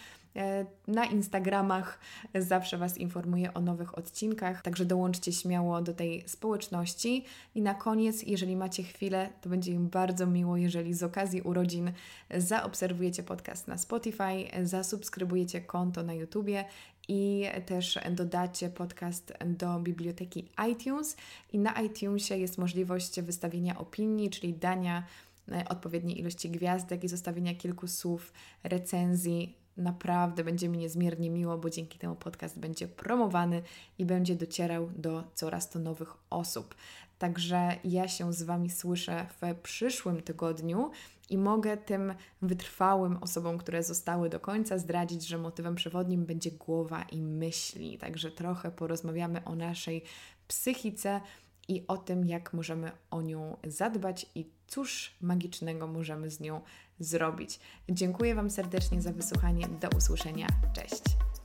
Na Instagramach zawsze Was informuję o nowych odcinkach, także dołączcie śmiało do tej społeczności. I na koniec, jeżeli macie chwilę, to będzie mi bardzo miło, jeżeli z okazji urodzin zaobserwujecie podcast na Spotify, zasubskrybujecie konto na YouTubie i też dodacie podcast do biblioteki iTunes. I na iTunesie jest możliwość wystawienia opinii, czyli dania odpowiedniej ilości gwiazdek i zostawienia kilku słów recenzji. Naprawdę będzie mi niezmiernie miło, bo dzięki temu podcast będzie promowany i będzie docierał do coraz to nowych osób. Także ja się z Wami słyszę w przyszłym tygodniu i mogę tym wytrwałym osobom, które zostały do końca, zdradzić, że motywem przewodnim będzie głowa i myśli. Także trochę porozmawiamy o naszej psychice i o tym, jak możemy o nią zadbać i cóż magicznego możemy z nią zrobić. Dziękuję Wam serdecznie za wysłuchanie. Do usłyszenia. Cześć!